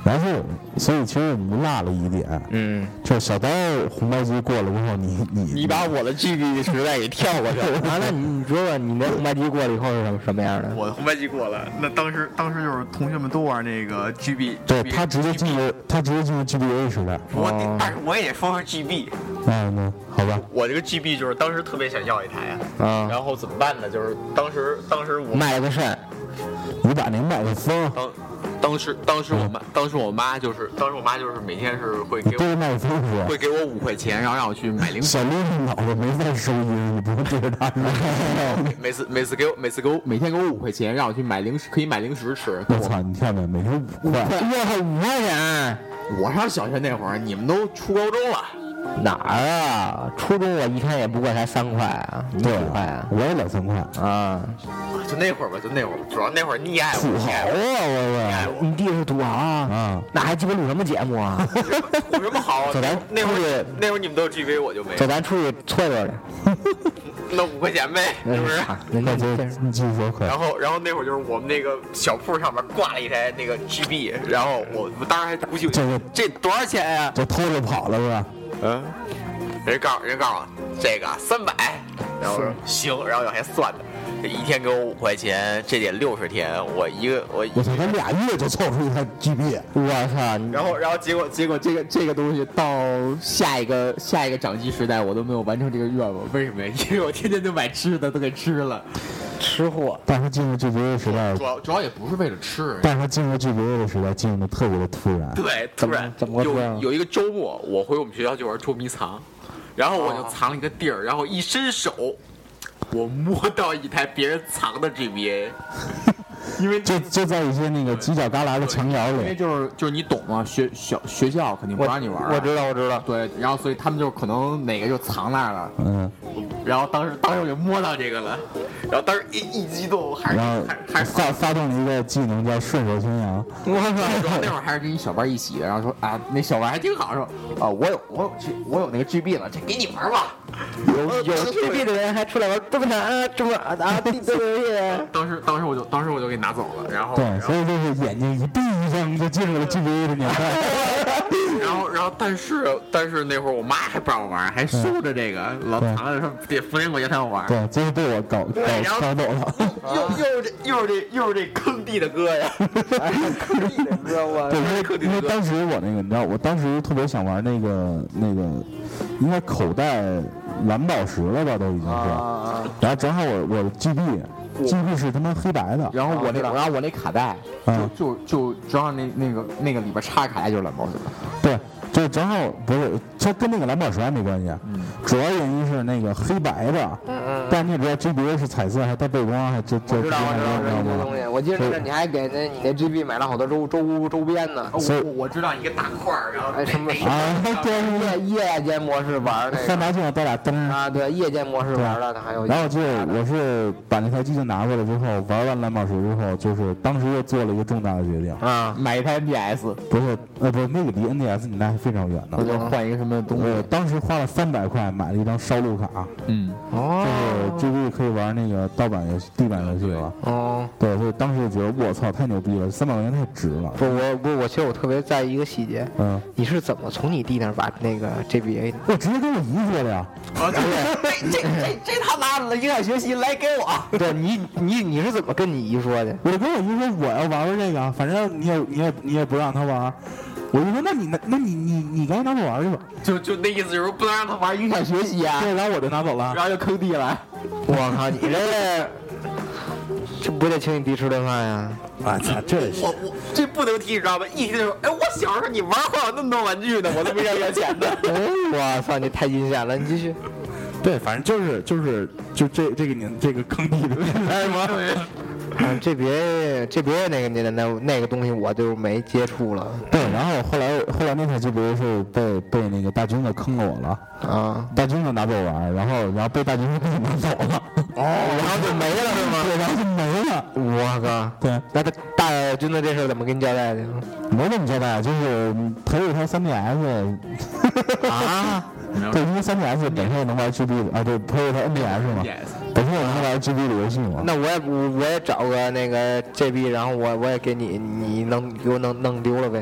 然后，所以其实我们落了一点，
嗯，
就是小刀红白机过了之后，你你
你把我的 G B 时代给跳过去了。
啊，那你你说说你那红白机过了以后是什么什么样的？
我的红白机过了，那当时当时就是同学们都玩那个 G B，
对他直接进入他直接进入 G B A 时代。
我得，但是我也得说是 G B。
嗯，那好吧。
我这个 G B 就是当时特别想要一台啊，
啊，
然后怎么办呢？就是当时当时我
卖了个肾，
你把那麦克风，
当当时当时我妈当时我妈就是当时我妈就是每天是会给我
对着麦克风说，
会给我五块钱，然后让我去买零食。
小丽脑子没在收音，你不用对着他说。
每每次每次给我每次给我每天给我五块钱，让我去买零食，可以买零食吃。
我操，你看没？每天五块，
我靠，五块钱！
我上小学那会儿，你们都初高中了。
哪儿啊？初中我一天也不过才三块啊，你几块啊？
我也两三块
啊，
就那会儿吧，就那会儿，主要那会儿溺爱我，
土豪啊！我我，你弟是土豪啊？
啊，
那还鸡巴录什么节目啊？
有什么好？
走，咱
那会儿那会儿你们都 G B， 我就没。
走，咱出去搓搓去。
那五块钱呗，是不是？
那就
你继续说可以。
然后，然后那会儿就是我们那个小铺上面挂了一台那个 G B， 然后我我当时还鼓起
这个
这多少钱呀？
就偷着跑了是吧？
嗯，人告诉人告诉我这个三百，然后说行，然后还算的，这一天给我五块钱，这得六十天，我一个我
我操，他俩月就凑出一台 G B，
我操！
然后然后结果结果这个这个东西到下一个下一个掌机时代，我都没有完成这个愿望，为什么呀？因为我天天就买吃的都给吃了，
吃货。
但是进入 G B A 时代，
主要主要也不是为了吃，
但是他进入 G B A 的时代进入的特别的突然。
对，突然
怎么
有有一个周末，我回我们学校就玩捉迷藏，然后我就藏了一个地儿，然后一伸手，我摸到一台别人藏的 G B A， 因为
就就在一些那个犄角旮旯的墙角
因为
里，
就是就是你懂吗？学小学校肯定不让你玩，
我知道，我知道。
对，然后所以他们就可能哪个就藏那儿了，
嗯，
然后当时当时我就摸到这个了，然后当时一一激动，还是
然后
还还是
发发动了一个技能叫顺手牵羊。
我靠！那会儿还是跟一小班一起的，然后说啊，那小班还挺好，说啊，我有我有我有那个 G B 了，这给你玩吧。
有有 G B 的人还出来玩这么长啊，这么啊啊，对对对。
当时当时我就当时我就给拿走了，然后
对，所以就是眼睛一闭一声就进入了 G B A 的年代。
然后然后但是但是那会儿我妈还不让我玩，还收着这个，老藏着说得逢年过节才能玩。
对，最后被我搞搞搞走了。
又又是这又是这又是这坑弟的歌呀！
坑弟的歌我。
对，因为因为当时我那个，你知道，我当时特别想玩那个那个，应该口袋蓝宝石了吧，都已经是。然后正好我我 G B。G B 是他妈黑白的，
然后我那，然后我那卡带，就就就正好那那个那个里边插卡带就是蓝宝石。
对，就正好不是，它跟那个蓝宝石还没关系，
嗯，
主要原因是那个黑白的，
嗯嗯，
但你也知道 G B A 是彩色，还带背光，还这这
我知道我知道这个东西，我记得那你还给那你那 G B 买了好多周周周边呢。
我我知道一个大块儿，然后
哎什么
啊，
对夜夜间模式玩那个，
三八镜带俩灯
啊，对夜间模式玩的，它还有。
然后就我是把那台机子拿回来之后，玩完蓝宝石之后，就是当时又做了一个重大的决定
啊，
买一台 N D S，
不是呃不是那个离 N D S 年代还非常远呢，
我就换一个什么东西。
我当时花了三百块买了一张烧录卡，
嗯，
哦，
就是 G B 可以玩那个盗版游戏、地版游戏了。
哦，
对，所以当时就觉得我操太牛逼了，三百块钱太值了。
不，我不，我其实我特别在意一个细节，
嗯，
你是怎么从你弟那儿把那个 G B A 的？
我直接跟我姨说的呀。
啊，对，这这这他拿了影响学习来给我。
对你你你是怎么跟你姨说的？
我跟我姨说我要玩玩这个，反正你也你也你也不让他玩。我就说那你那那你你你赶紧拿走玩去吧。
就就那意思就是不能让他玩，影响学习啊。
对，然后我就拿走了，
然后就坑弟了。
我靠，你这这不得请你弟吃顿饭呀？
我操，这是
我我这不能提，你知道吧？一提就说，哎，我小时候你玩会有那么多玩具呢，我都没让要钱的。
哎，我操，你太阴险了！你继续。
对，反正就是就是就这这个年这个坑弟的年代吗？
啊，这别这别那个那那那个东西我就没接触了。
对，然后后来后来那台 G B A 是被被那个大军子坑了我了
啊，
大军子拿走玩，然后然后被大军子给拿走了。
哦，然后就没了是吗？
对，然后就没了。
我靠！
对，
那他大军子这事怎么跟你交代的？
没怎么交代，就是赔了一台 三 D S
啊。
对，因为 三 D S 本身也能玩 G B 的啊，对，配一台 N D S 嘛，本身也能玩 G B 的游戏嘛。
那我也我我也找个那个 G B， 然后我我也给你，你能给我弄弄丢了呗？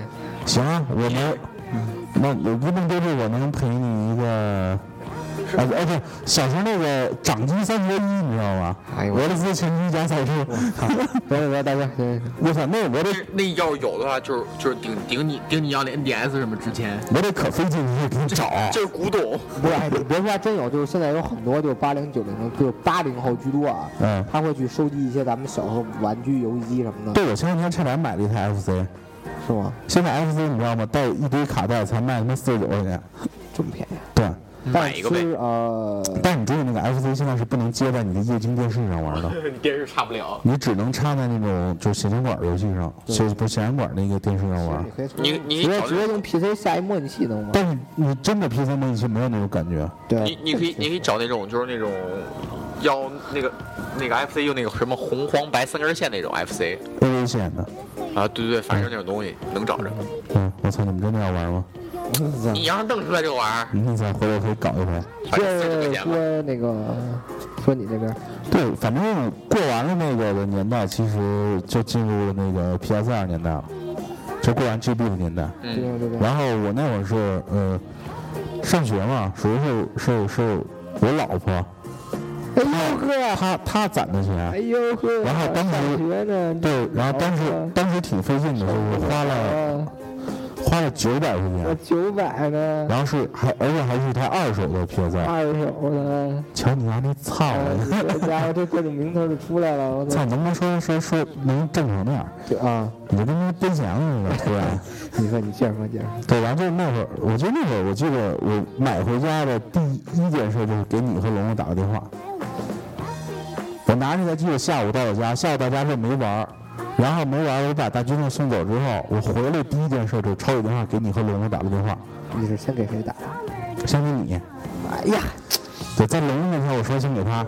行啊，我们那我不能就是我能陪你一个。哎哎对，小时候那个掌机三合一，你知道吗？
哎呦，
俄罗斯拳击加赛车。
别别别，大哥，
我操，那我得
那要是有的话，就是就是顶顶你顶你要那 N D S 什么之前，
我得可费劲去给你找。
这是古董。
不是，你别说还真有，就是现在有很多就是八零九零，就是八零后居多啊。
嗯，
他会去收集一些咱们小时候玩具、游戏机什么的。
对，我前两天差点买了一台 F C。
是吗？
现在 F C 你知道吗？带一堆卡带才卖他妈四十九块钱，
这么便宜？
对。
买一个呗。
呃，
但是你知道那个 F C 现在是不能接在你的液晶电视上玩的，
你电视插不了，
你只能插在那种就是显像管游戏上，显不是显像管那个电视上玩。
你你
直接直接用 P C 下一模拟器能吗？
但是你真的 P C 模拟器没有那种感觉。
对，
你你可以你可以找那种就是那种要那个那个 F C 用那个什么红黄白三根线那种 F C。A
V 线的。
啊，对对对，反正那种东西能找着。
嗯，我操，你们真的要玩吗？
你要是弄出来这个玩意儿，
你再回头可以搞一回。
这说那个，说你那边，
对，反正过完了那个的年代，其实就进入了那个 P S 二年代了，就过完 G B 的年代。
嗯，对对对。
然后我那会儿是呃上学嘛，属于是是是我老婆。
哎呦呵，
他他攒的钱，
哎呦呵，
然后当时对，然后当时当时挺费劲的，就是花了花了九百块钱，
九百呢，
然后是还而且还是一台二手的 P S 二，
二手的，
瞧你丫那操的，
这家伙这各种名头就出来了，我
操，能不能说说说能正常点？
对啊，
你这他妈奔钱了似的，突然，
你说你接着说接着说，
对，然后就是那会儿，我记得那会儿，我记得我买回家的第一件事就是给你和龙龙打个电话。我拿着台机子下午到我家，下午到家之后没玩，然后没玩，我把大军送走之后，我回来第一件事就是抄起电话给你和龙龙打个电话。
你是先给谁打？
先给你。
哎呀，
对，在龙龙面前我说先给他。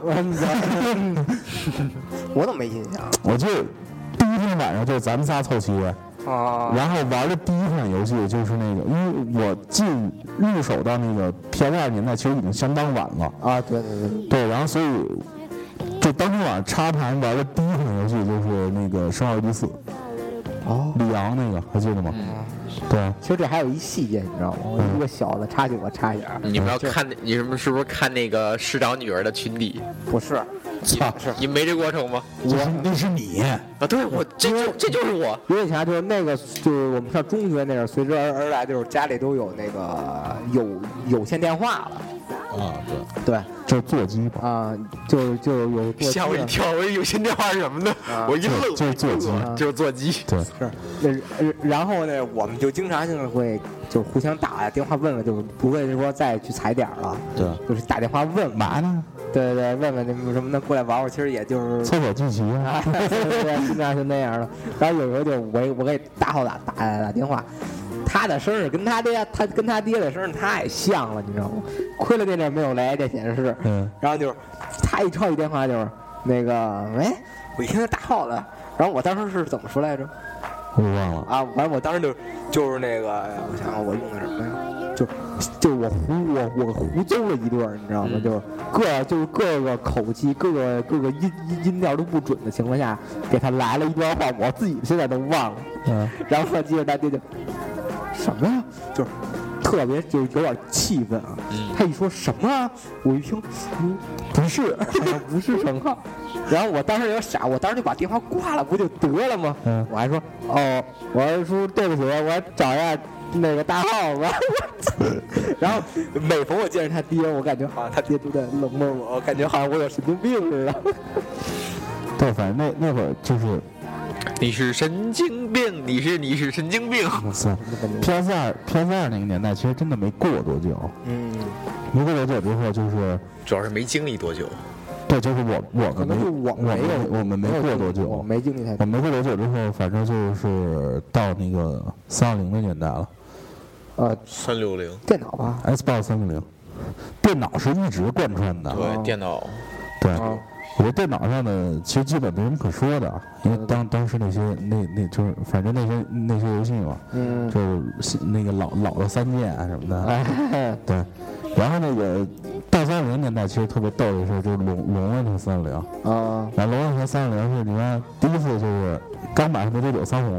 我怎么没印象？
我就第一天晚上就是咱们仨凑齐。
啊，
然后玩的第一款游戏就是那个，因为我进入手到那个 P S 二年代其实已经相当晚了
啊，对对对，
对，然后所以就当天晚上插盘玩的第一款游戏就是那个《生化危机四》。
哦，
李阳那个还记得吗？
嗯，
对。
其实这还有一细节，你知道吗？我一个小的插曲，我插一点。
你们要看，你什么是不是看那个市长女儿的群体？
不是。
操！
是你没这过程吗？
我那是你
啊！对，我这就这就是我。
有点啥，就是那个，就是我们上中学那阵，随之而而来，就是家里都有那个有有线电话了。
啊，对
对，
就是座机吧。
啊，就就有座机。
吓我一跳！我有线电话是什么呢？
啊、
我一愣，
就是座机，
就是座机。
对，
是。然后呢，我们就经常性的会就互相打电话问问，就是不会说再去踩点了。
对，
就是打电话问
嘛呢？
对对，问问你们什么的，过来玩玩，其实也就是
凑合聚齐啊，
对，经常是那样的。然后有时候就我我给大号打打打电话，他的声儿跟他爹，他跟他爹的声儿太像了，你知道吗？亏了那阵没有来电显示，
嗯，
然后就是他一抄起电话就是那个喂，我一听他大号了，然后我当时是怎么说来着？
我忘了
啊，完了我当时就就是那个，我想想我用的什么呀？就就我胡我我胡诌了一顿，你知道吗？
嗯、
就是各就是各个口气、各个各个音音音调都不准的情况下，给他来了一段话，我自己现在都忘了。
嗯，
然后接着他爹就什么呀？就是特别就有点气愤啊。
嗯、
他一说什么、啊，我一听，嗯，不是，不是称号。然后我当时有点傻，我当时就把电话挂了，不就得了吗？
嗯，
我还说哦，我还说对不起，我找一下那个大号吧。然后每逢我见着他爹，我感觉好像他爹就在冷漠我，我感觉好像我有神经病似的。
对，反正那那会儿就是，
你是神经病，你是你是神经病。
我操 ！P S 二 P S 二那个年代其实真的没过多久，
嗯，
没过多久之后就是
主要是没经历多久。
对，就是我我们没
我
没有我们没过多久，
我没经历太久。
我没过多久之后，反正就是到那个三二零的年代了。
呃，
三六零
电脑吧
，Xbox 三六零，电脑是一直贯穿的。
对，电脑。
对，我觉得电脑上的其实基本没什么可说的，因为当当时那些那那就是反正那些那些游戏嘛，
嗯，
就是那个老老的三剑啊什么的，
哎、
对。然后那个到三六零年代其实特别逗的是，就是龙龙问题三六零
啊，
然后龙问题三六零是你看第一次就是刚买上那九九三红了，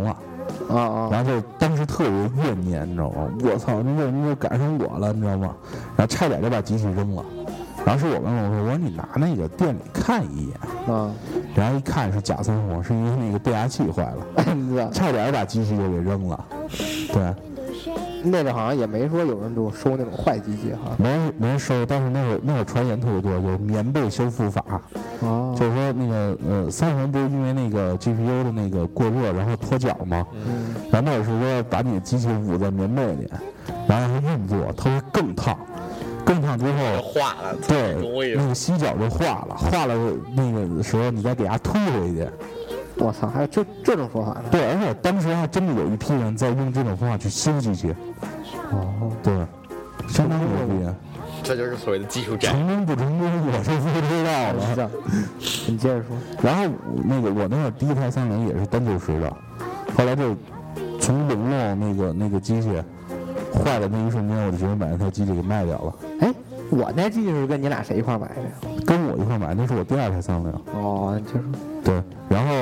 啊啊！
然后就当时特别怨念，你知道吗？我操，那个那个赶上我了，你知道吗？然后差点就把机器扔了。然后是我问我说：“我说你拿那个店里看一眼。”
啊，
然后一看是假三活，是因为那个变压器坏了，差点把机器就给扔了。对。
那个好像也没说有人就收那种坏机器哈，
没人没人收，但是那会儿那会儿传言特别多，就是棉被修复法，哦，就是说那个呃三红不是因为那个 G P U 的那个过热然后脱脚吗？嗯，然后那会儿是说把你的机器捂在棉被里，然后让它运作，它会更烫，更烫之后
化了，
对，那个吸脚就化了，化了那个时候你再给它推回去。
我操，还有这这种说法呢？
对，而且当时还真的有一批人在用这种方法去修机器。哦，对，相当牛逼。
这就是所谓的技术战。
成功不成功，我是不知道了。
你接着说。
然后那个我那个第一台三菱也是单九十的，后来就从龙龙那个那个机器坏的那一瞬间，我就决定把那台机器给卖掉了。
哎，我那机器是跟你俩谁一块买的？
跟我一块买，那是我第二台三菱。
哦，就是。
对，然后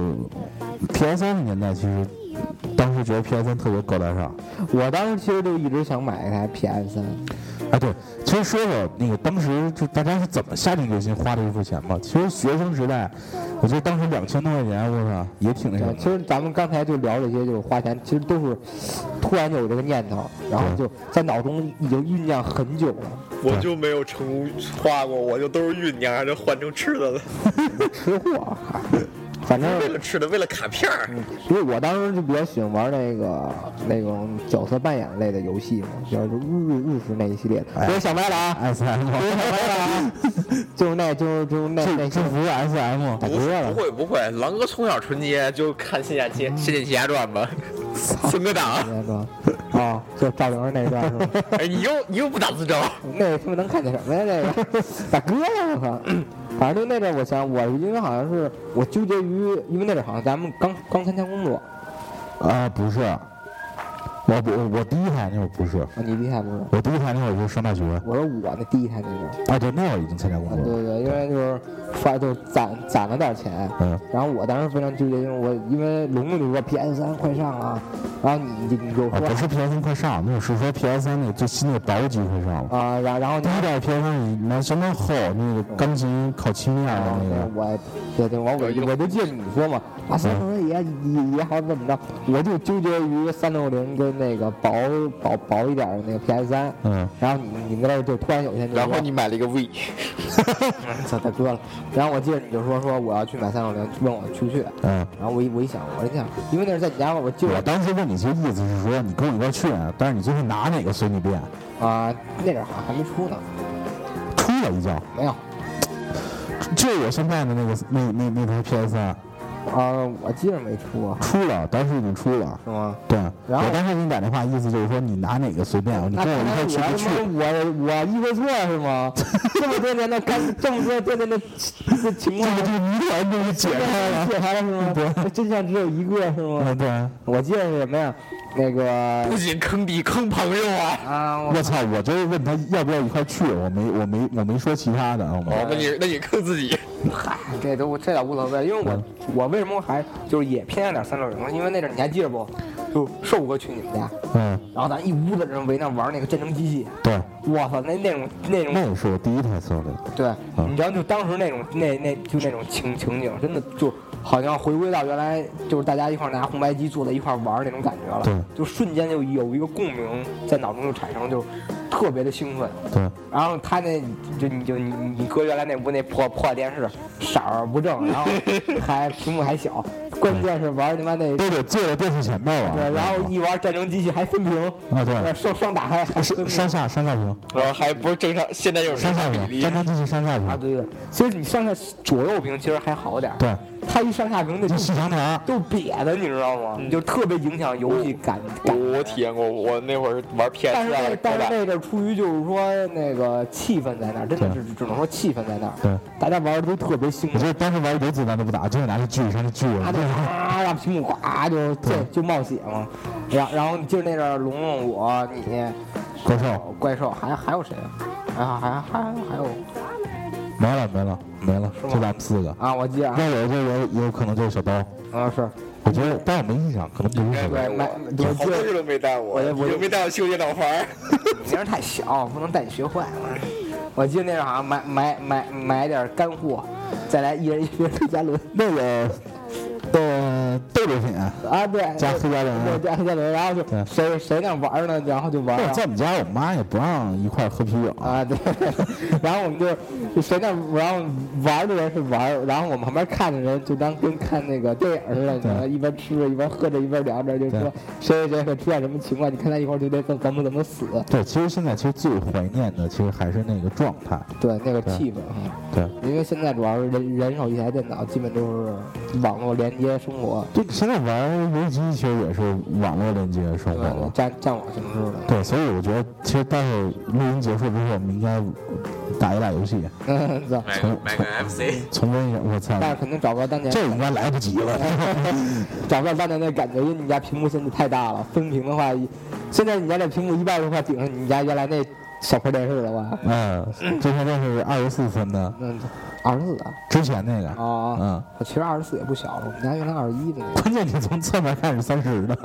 P S 三的年代，其实当时觉得 P S 三特别高大上。
我当时其实就一直想买一台 P S 三。
啊，对，其实说说那个当时就大家是怎么下定决心花这一份钱吧。其实学生时代，我觉得当时两千多块钱，我操，也挺那什么。
其实咱们刚才就聊这些，就是花钱，其实都是突然就有这个念头，然后就在脑中已经酝酿很久了。
我就没有成功花过，我就都是酝酿，就换成吃的了。
吃货，反正
为了吃的，为了卡片儿。
因为我当时就比较喜欢玩那个那种角色扮演类的游戏嘛，就是日日式那一系列的。我想歪了啊
，S M，
我想歪了啊，就是那就是就是那那
制服 S M，
不不会不会，狼哥从小纯洁就看《仙剑奇仙剑奇侠传》吧，孙哥党。
啊，就赵灵儿那段是吧？
哎，你又你又不打自招，
那个他们能看见什么呀？那个大哥呀，我靠！反正就那阵，我想我因为好像是我纠结于，因为那阵好像咱们刚刚参加工作。
啊，不是。我我我第一台那会儿不是，
啊，你第一台不是？
我第一台那会儿就是上大学。
我说我那第一台那阵
啊，对，那会儿已经参加工作了。
对对，因为就是发就攒攒了点钱，嗯，然后我当时非常纠结，因为我因为龙龙就说 P S 三快上啊，然后你你就说、
啊、不是 P S 三快上，那是说 P S 三那个最新的薄级快上了
啊，然然后
第一代 P S 三你那相当厚，那个钢琴烤漆面的那个，
我对对，我我我就记得你说嘛，啊三六零也也也好怎么着，我就纠结于三六零跟那个薄薄薄一点的那个 P S 三，嗯，然后你你那就突然有一天就，
然后你买了一个 V，
操大哥了，然后我记得你就说说我要去买三六零，问我去不去，嗯，然后我一我一想，我这样，因为那是在你家嘛，我记得
我当时问你其实意思是说你跟我一块去，但是你最后拿哪个随你便
啊，那阵好像还没出呢，
出了一觉
没有，
就我现在的那个那那那台 P S 三。
啊，我记着没出啊。
出了，当时已经出了，
是吗？
对。然后我当时给你打电话，意思就是说你拿哪个随便，你跟我一块去不去？
我我意会错是吗？这么多年的干，这么多年的的情况，
就谜团就解开了，
解开了是吗？对，真相只有一个是吗？
对。
我记得是什么呀？那个
不仅坑弟坑朋友啊！
啊，
我操！我就是问他要不要一块去，我没我没我没说其他的。
哦，那你那你坑自己。
嗨，这都这倒无所谓，因为我我为什么还就是也偏向点三六零？因为那阵你还记得不？就寿哥去你们家，嗯，然后咱一屋子人围那玩那个战争机器，
对，
我操，那那种那种，
那也是我第一台三六零。
对，你知道就当时那种那那就那种情情景，真的就好像回归到原来就是大家一块拿红白机坐在一块玩那种感觉了，
对，
就瞬间就有一个共鸣在脑中就产生，就特别的兴奋，
对。
然后他那就你就你你哥原来那屋那破破电视色儿不正，然后还屏幕还小，关键是玩他妈那
都得坐在电视前面啊。
对，然后一玩战争机器还分屏
啊，对，
双双打还
上上下上下屏，
然后还不是正常，现在就是
上下屏，战争机器上下屏
啊，对对。其实你上下左右屏其实还好点，
对。
它一上下屏那
细长条
都瘪的，你知道吗？你就特别影响游戏感。
我体验过，我那会儿玩 P S
二，但是但是那阵出于就是说那个气氛在那儿，真的是只能说气氛在那儿。
对，
大家玩的都特别兴奋。
我觉得当时玩游子弹都不打，就是拿着锯上去锯。
啊对啊，让屏幕哗就就就冒血嘛。然然后就是那阵龙龙我你，
怪兽
怪兽还还有谁啊？还还还还有。
没了没了没了，就咱们四个
啊！我记得，
那有就有有可能就是小刀
啊，是
我觉得，但我没印象，可能不是特别。
买
我好多日都没带我，我就没带我修电脑玩。
你那太小，不能带你学坏。我记得那时候好像买买买买点干货，再来一人一瓶黑加仑。
那个。呃，豆制品
啊，对，
加黑加仑，
对，加黑加仑，然后就谁谁那玩呢，然后就玩。
在我们家，我妈也不让一块喝啤酒
啊，对。然后我们就就谁那，然后玩的人是玩，然后我们旁边看的人就当跟看那个电影似的，你知一边吃着一边喝着一边聊着，就说谁谁谁会出现什么情况，你看他一会儿就得怎怎么怎么死。
对，其实现在其实最怀念的，其实还是那个状态，
对，那个气氛哈。
对，
因为现在主要是人人手一台电脑，基本都是网络连接。生活，
对，现在玩游戏其实也是网络连接生活了，
战战网形式的。
对，所以我觉得其实待会儿录音结束之后，我们应该打一打游戏，
嗯，
从买个 F C，
重温一下。我操！
但是肯定找不到当年，
这应该来不及了，
找不到当年那感觉，因为你家屏幕现在太大了，分屏的话，现在你家这屏幕一半都快顶上你家原来那小块电视了吧？
嗯，这台电视是二十四寸的。
嗯。二十四啊，
之前那个
啊，
嗯，
其实二十四也不小了，我们家原来二十一的那个。
关键你从侧面看是三十的，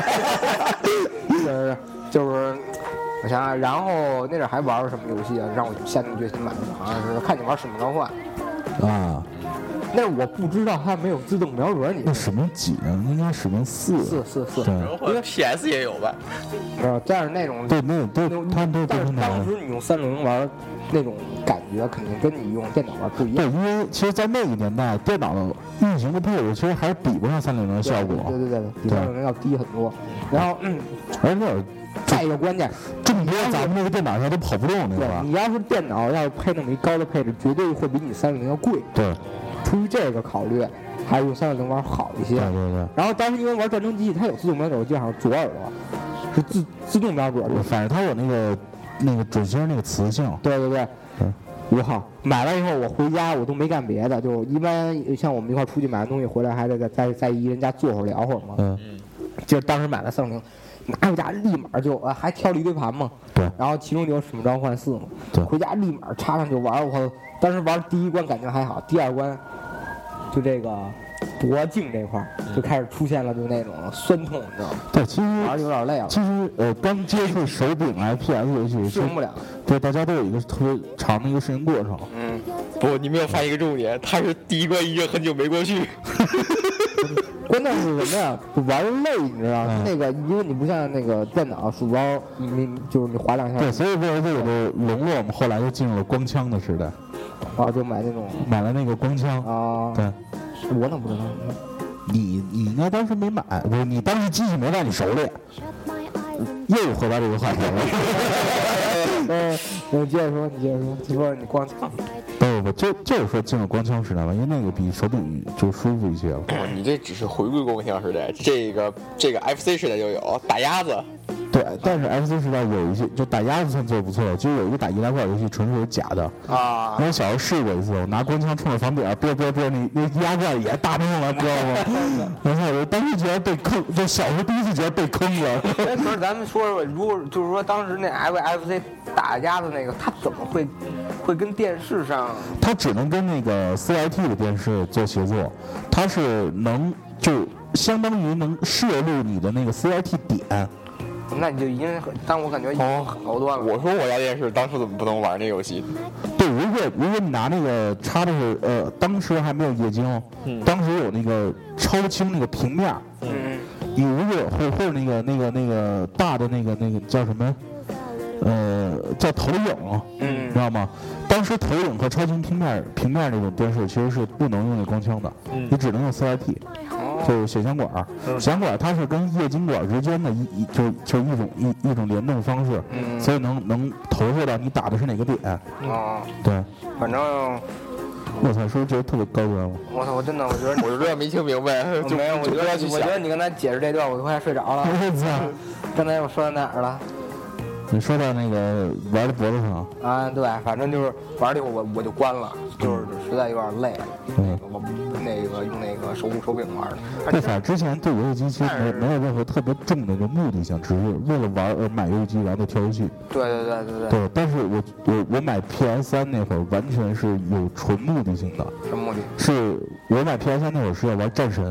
就是就是，我想想，然后那阵还玩什么游戏啊？让我下定决心买的，好像是看你玩《使命召唤》
啊。
那我不知道它没有自动瞄准你。
那使命几啊？应该使命四。
四四四。
对，
因为 P S 也有吧？
呃，但是那种
对，那种都他都
但是当时你用三六零玩那种感觉，肯定跟你用电脑玩不一样。
对，因为其实，在那个年代，电脑的运行的配置其实还是比不上三六零的效果。
对对对，比三六零要低很多。然后，嗯，
而且那会儿
再一个关键，
众多咱们那个电脑上都跑不动那个。
你要是电脑要是配那么一高的配置，绝对会比你三六零要贵。
对。
出于这个考虑，还是用三六零玩好一些。
对对对。
然后当时因为玩战争机器，它有自动瞄准，我记得好像左耳朵是自自动瞄准，
反正它有那个那个准星那个磁性。
对对对。嗯。五号买完以后，我回家我都没干别的，就一般像我们一块出去买完东西回来，还得在在在一人家坐会儿聊会儿嘛。
嗯。
就是当时买了三六零，拿回家立马就啊还挑了一堆盘嘛。
对。
然后其中就有《使命召唤四》嘛。
对。
回家立马插上就玩，我当时玩第一关感觉还好，第二关。就这个脖颈这块就开始出现了，就那种酸痛，你知道吗？
对，其实
玩有点累了。
其实呃，刚接触手柄 F P S 游戏
适应不了。
对，大家都有一个特别长的一个适应过程。
嗯，不，你没有发现一个重点，他是第一关已经很久没过去。
关键是什么呀？玩累，你知道吗？嗯、那个，因为你不像那个电脑鼠标，你你就是你划两下。
对，所以为了这个就笼络我们后来就进入了光枪的时代。
啊，就买那种
买了那个光枪
啊。
对，
我怎么不知道？
你你应该当时没买，不是你当时机器没在你手里。又回到这个话题了。
嗯，你接着说，你接着说，就说你光枪。
不不不，就就是说进入光枪时代吧，因为那个比手柄就舒服一些了。
哦，你这只是回归光枪时代，这个这个 F C 时代就有打鸭子。
对，但是 F C 时代有一些就打鸭子算做的不错的，就有一个打易拉罐游戏纯属是假的
啊。
我小时候试过一次，我拿光枪冲着房顶啵啵啵，那那易拉罐也打中了，知道吗？然后我当时觉得被坑，就小时候第一次觉得被坑了。
哎，可是咱们说说，如果就是说当时那 F F C 打鸭子那个，它怎么会会跟电视上？
它只能跟那个 C R T 的电视做协作，它是能就相当于能摄入你的那个 C R T 点。
那你就已经，但我感觉已经很高端了。
我说我家电视当时怎么不能玩那游戏？
对，如果如果你拿那个插的是呃，当时还没有液晶，嗯、当时有那个超清那个平面，
嗯，
你如果或或者那个那个那个大的那个那个叫什么，呃，叫投影，
嗯，
知道吗？当时投影和超清平面平面那种电视其实是不能用那光枪的，
嗯，
你只能用 C R T。就是显像管，显像管它是跟液晶管之间的一一就就一种一一种联动方式，
嗯，
所以能能投射到你打的是哪个点。
哦，
对，
反正
我操，是不是觉得特别高端了？
我操，我真的我觉得
我有点没听明白，就
没有，我觉得我觉得你刚才解释这段，我都快睡着了。
我操，
刚才我说到哪儿了？
你说到那个玩的脖子上
啊，对，反正就是玩了以后我我就关了，就是实在有点累了。
嗯，
我那个用那个手手柄玩的。
对，反正之前对游戏机其实没没有任何特别重的一个目的性，只是为了玩而买游戏机，然后再挑游戏。
对对对对对。
对，但是我我我买 P S 三那会儿完全是有纯目的性的。
什么目的？
是我买 P S 三那会儿是要玩战神。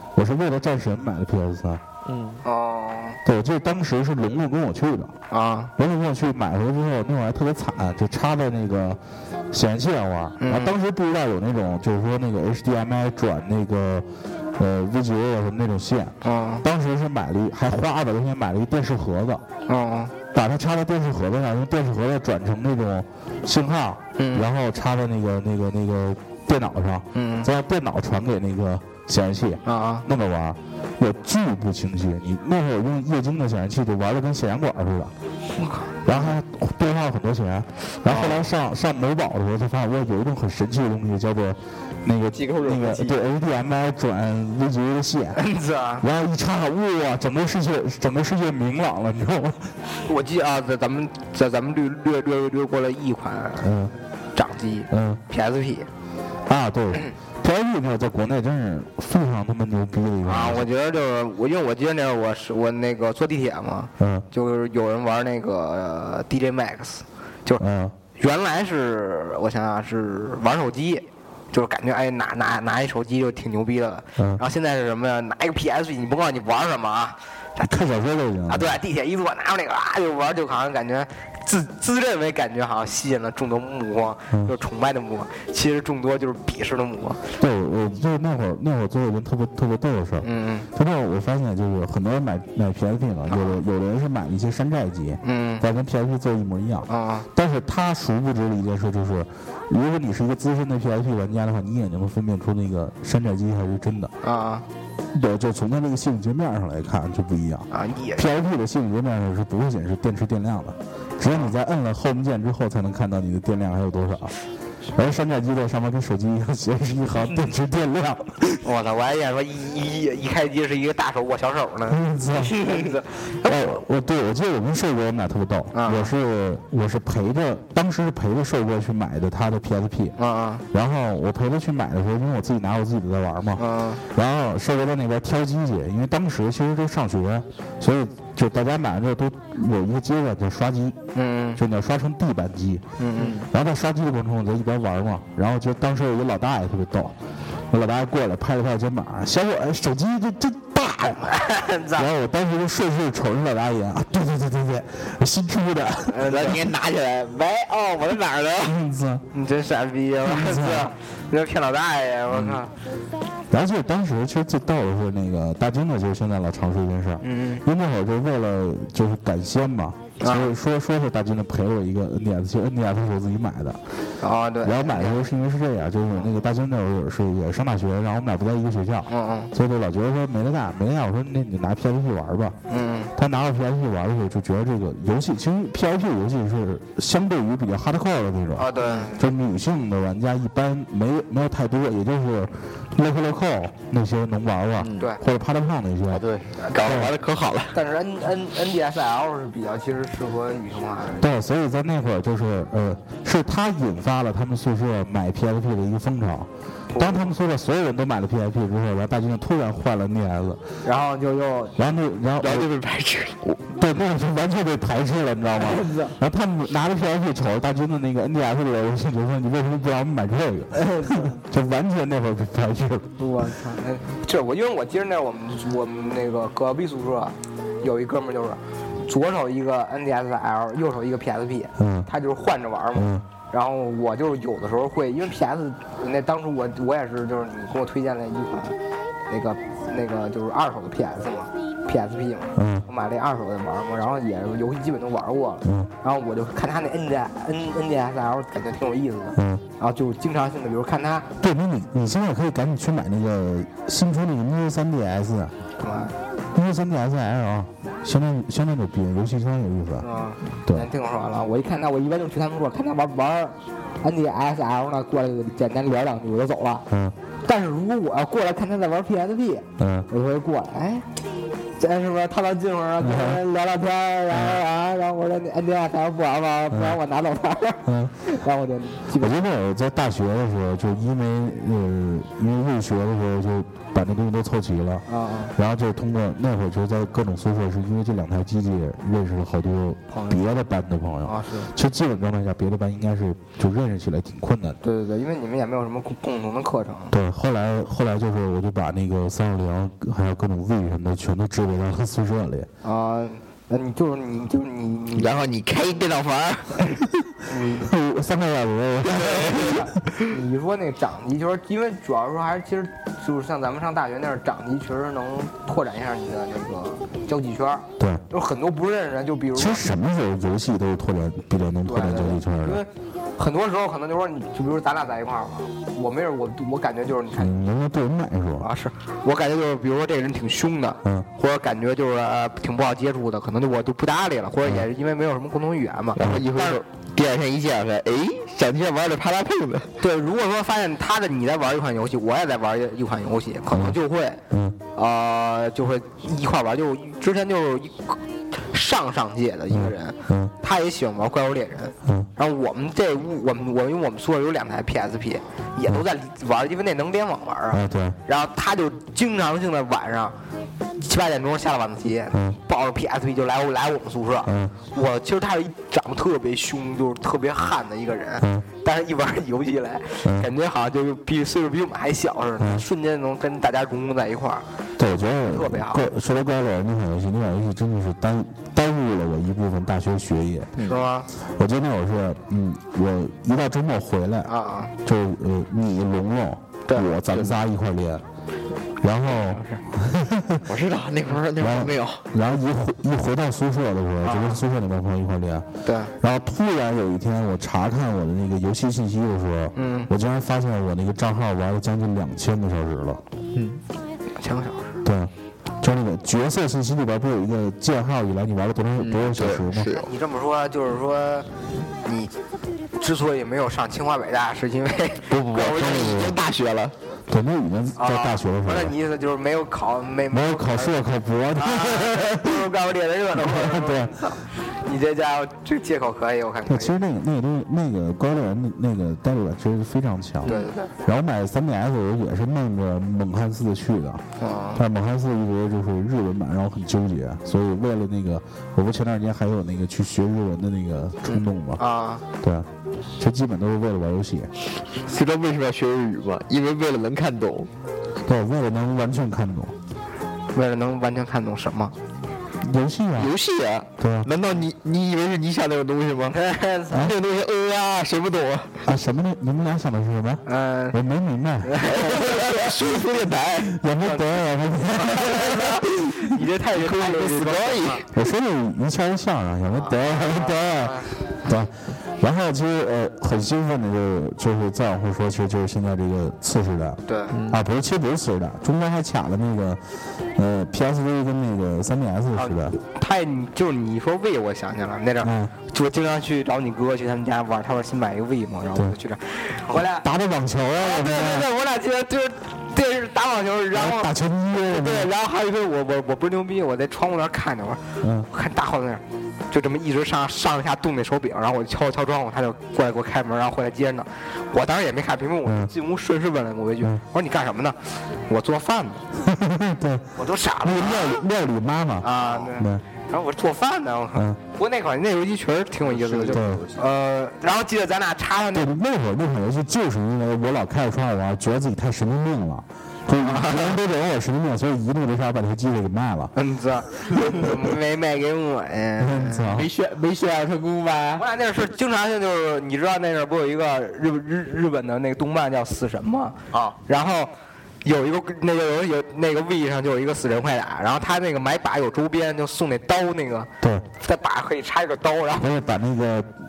我是为了战神买的 P S 三。
嗯哦，
对，这当时是龙龙跟我去的
啊，
龙龙跟我去买回来之后，那会儿还特别惨，就插在那个显示器上玩，
嗯、
然后当时不知道有那种就是说那个 H D M I 转那个呃 V G A 什么那种线，
嗯，
当时是买了一还花的，而且买了一个电视盒子，
嗯，
把它插到电视盒子上，用电视盒子转成那种信号，
嗯，
然后插在那个那个那个电脑上，
嗯，
再让电脑传给那个显示器
啊，
那么玩。我巨不清晰，你那会儿用液晶的显示器就玩的跟显阳管似的，然后还多花了很多钱。然后后来上上某宝的时候，才发现我有一种很神奇的东西，叫做那个那个对 H D M I 转 V G A 的线，然后一插，哇，整个世界整个世界明朗了，你知道吗？
我记得啊，在咱们在咱们略略略略过了一款
嗯
掌机
嗯
P S P
啊对。P S P 那在国内真是非常他妈牛逼的一个
啊！我觉得就是我，因为我记得那会儿我是我那个坐地铁嘛，
嗯，
就是有人玩那个、呃、D J Max， 就是
嗯，
原来是我想想是玩手机，就是感觉哎拿拿拿一手机就挺牛逼的，
嗯，
然后现在是什么呀？拿一个 P S P， 你不告诉你玩什么啊？
看小说都行
啊！对，地铁一坐拿着那个啊就玩，就好像感觉自自认为感觉好像吸引了众多目光，
嗯、
就是崇拜的目光，其实众多就是鄙视的目光。
对，我就是那会儿那会儿做了一件特别特别逗的事儿。
嗯嗯。
就那会儿我发现，就是很多人买买 P S P 嘛，有的有的人是买一些山寨机，
嗯，
但跟 P S P 做一模一样。
啊。
但是他殊不知的一件事就是，如果你是一个资深的 P S P 玩家的话，你也能够分辨出那个山寨机还是真的。
啊。
对，就从它那个系统界面上来看就不一样
啊。
P S P 的系统界面上是不会显示电池电量的，只有你在摁了 Home 键之后才能看到你的电量还有多少。而山寨机在上面跟手机一样显示一行电池电量。
我操！我还以为说一一一开机是一个大手握小手呢。
哎，我对我记得我跟寿哥我们俩特别逗，
啊、
我是我是陪着，当时是陪着寿哥去买的他的 P S P，
啊啊，
然后我陪他去买的时候，因为我自己拿我自己的在玩嘛，
嗯，
然后寿哥在那边挑机去，因为当时其实都上学，所以就大家买的都有一个阶段叫刷机，
嗯，
就你要刷成地板机，
嗯嗯，
然后在刷机的过程中，我在一边玩嘛，然后就当时有一个老大爷特别逗，我老大爷过来拍了拍我肩膀，小伙手机这真大呀，然后我当时就顺势瞅着老大爷啊，对对对对对，新出的，
然后你给拿起来，喂，哦，我在哪儿呢？你真傻逼啊！我操，你这骗老大爷，我靠！
然后就是当时其实最逗的是那个大金呢，就是现在老常说一件事，
嗯，
因为那会儿就是为了就是赶先嘛。所以说说是大金的赔了我一个 N D S， 其实 N D S 是我自己买的。
啊，对。
然后买的时候是因为是这样，就是那个大金那会儿是也上大学，然后我们俩不在一个学校，
嗯嗯。
所以就老觉得说没得干，没得干。我说那你拿 P S P 玩吧。
嗯。
他拿着 P S P 玩的时候就觉得这个游戏，其实 P S P 游戏是相对于比较 hardcore 的那种。
啊，对。
就女性的玩家一般没没有太多，也就是 Loco Loco 那些能玩玩，
嗯、对，
或者帕特胖那些。
啊，对，
搞得玩的可好了。
但是 N N N D S L 是比较其实适合女生玩的。
对，所以在那会儿就是呃，是他引发了他们宿舍买 P S P 的一个风潮。当他们宿舍所有人都买了 P S P 之后，然后大金突然换了 N D S，
然后就又，
然后那然后
然后就被排斥，
对，那个就完全被排斥了，你知道吗？然后他们拿着 P S P 瞅着大金的那个 N D S 的游戏，就说你为什么不让我们买这个？就完全那会儿被排斥了。
我操！哎，这我因为我记得那我们我们那个隔壁宿舍有一哥们就是左手一个 N D S L， 右手一个 P S P，
嗯，
他就是换着玩嘛。
嗯。
然后我就是有的时候会，因为 P S 那当初我我也是，就是你给我推荐了一款那个那个就是二手的 P S 嘛 ，P S P 嘛，
嗯，
我买了一二手的玩嘛，然后也游戏基本都玩过了，
嗯，
然后我就看他那 N D N N D S L 感觉挺有意思的，
嗯，
然后就经常性的，比如看他，
对，你你你现在可以赶紧去买那个新出那个 Neo 三 D S，
什么
Neo 三 D S L。相当相当牛逼，游戏相当有意思。
嗯，
对。
听说了，我一看他，我一般就去他们说，看他玩玩 N D S L 呢，过来简单聊两句我就走了。
嗯。
但是如果我要过来看他在玩 P S P，
嗯，
我就会过来，哎， 咱是不是套套近乎啊，跟人聊聊天，然后啊，然后我说你 N D I 台不玩吗？不然我拿走它。嗯，然后我就基本。
我记得我在大学的时候，就因为呃，因为入学的时候就把那东西都凑齐了啊，然后就通过那会儿就在各种宿舍，是因为这两台机器认识了好多别的班的朋友啊。是。其实基本状态下，别的班应该是就认识起来挺困难的。
对对对，因为你们也没有什么共共同的课程。
对，后来后来就是我就把那个三六零还有各种 V 什么的全都支回到了宿舍里
啊。那你就是你就是你你，
然后你开电脑房，
你三块小时。你说那个掌机球，因为主要说还是其实就是像咱们上大学那儿，掌机确实能拓展一下你的那个交际圈。
对，
就是很多不认识人，就比如
其实什么时候游戏都是拓展比较能拓展交际圈的。
因为很多时候可能就说你，就比如咱俩在一块儿嘛，我没有我我感觉就是你看，
你能不能对人来说
啊？是我感觉就是，比如说这个人挺凶的，嗯，或者感觉就是呃挺不好接触的，可能就我就不搭理了，或者也是因为没有什么共同语言嘛。
然后一会儿第二天一见来，哎，想天玩的啪啦碰的。
对，如果说发现他的你在玩一款游戏，我也在玩一款游戏，可能就会，嗯，呃，就会一块玩。就之前就是一上上届的一个人，嗯，他也喜欢玩怪物猎人，嗯，然后我们这屋我们我因为我们宿舍有两台 P S P， 也都在玩，因为那能联网玩啊，
对。
然后他就经常性的晚上七八点钟下了晚自习，嗯，抱着 P S P 就来来我们宿舍，嗯，我其实他是一长得特别凶，就是特别悍的一个人，嗯，但是一玩游戏来，嗯，感觉好像就是比岁数比我们还小似的，嗯，瞬间能跟大家融入在一块儿。
对，我觉得
特别好。
说到怪物猎人那款游戏，那款游戏真的是耽耽误了我一部分大学学业，
是吗？
我记得那会儿是，嗯，我一到周末回来啊，就呃你龙龙，我咱们仨一块练。然后，
我知道那会儿那会儿没有。
然后一回一回到宿舍的时候，就跟宿舍那帮朋友一块练。
对。
然后突然有一天，我查看我的那个游戏信息的时候，嗯，我竟然发现我那个账号玩了将近两千个小时了。
嗯，两千个小时。
对。就那个角色信息里边不有一个建号以来你玩了多少多少小时吗？
是。你这么说就是说，你之所以没有上清华北大，是因为
不不不，
我已经大学了。
对，那已经在大学的时候。
那你意思就是没有考没
没有考试考博的，
不如干我猎人热闹。
对，
你这家伙这借口可以，我看。
其实那个那个东西，那个怪物猎人那个代入感其实非常强。
对对对。
然后买三 D S 的时候也是弄着猛汉四去的，但是猛汉四一直就是日文版，让我很纠结，所以为了那个，我不前段时间还有那个去学日文的那个冲动嘛。啊。对，这基本都是为了玩游戏。
知道为什么要学日语吗？因为为了能看懂。
对，为了能完全看懂。
为了能完全看懂什么？
游戏啊，
游戏啊，
对啊。
难道你你以为是你想那个东西吗？那个东西呃啊，谁不懂啊？
啊，什么呢？你们俩想的是什么？嗯，我没明白。
舒服电台
也没得，也没得。
你这太太
不死可以。
我说的一腔相声，也没得，也没得。对。然后其实呃很兴奋的就是就是再往后说，其实就是现在这个次世代。
对。
啊，不是，其实不是次世代，中间还卡了那个呃 P S V 跟那个三 D S 的时代。
太就是你说 V， 我想起来了，那阵儿就经常去找你哥去他们家玩，他说新买一个 V 嘛，然后我就去这，我俩
打打网球啊，
对对对，我俩记得就是电视打网球，然后
打拳击，
对，然后还有一个我我我不是牛逼，我在窗户那看着，我说，我看大号那儿。就这么一直上上下动那手柄，然后我敲敲窗户，他就过来给我开门，然后回来接着呢。我当时也没看屏幕，我进屋顺势问了我一句：“我说你干什么呢？”我做饭呢。
对，
我都傻了。
料理妈妈
啊，对。然后我做饭呢，我靠。不过那款那游戏确实挺有意思的，就呃，然后记得咱俩插上那
那会儿那款游戏，就是因为我老开着窗户玩，觉得自己太神经病了。别人都认为我神经病，所以一怒之下把这个机子给卖了。
嗯，这怎么没卖给我呀？
没学没学好成功吧？
我俩那是经常性就是，你知道那阵不有一个日日日本的那个动漫叫《死神》吗？啊，然后有一个那个有有那个 V 上就有一个死神快打，然后他那个买把有周边，就送那刀那个，
对，
在把可以插一个刀，然后
把那个。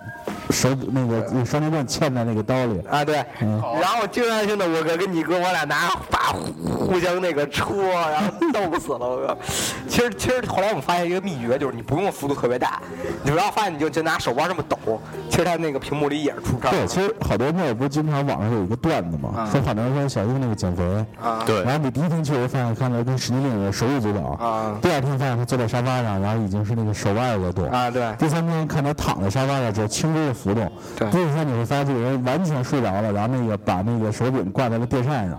手那个双截棍嵌在那个刀里
啊，对，嗯、然后经常性的我哥跟你哥我俩拿把互相那个戳，然后逗死了我哥。其实其实后来我们发现一个秘诀，就是你不用幅度特别大，你只要发现你就就拿手腕这么抖，其实它那个屏幕里也是出差。
对，其实好多人也不是经常网上有一个段子嘛，嗯、说好多人说小英那个减肥
啊，
对，然后你第一天去发现看到跟神经病人手舞足蹈啊，第二天发现他坐在沙发上，然后已经是那个手腕在动
啊，对，
第三天看他躺在沙发上只轻微的浮动，
对，
第四天你会发现这个人完全睡着了，然后那个把那个手柄挂在了电扇上。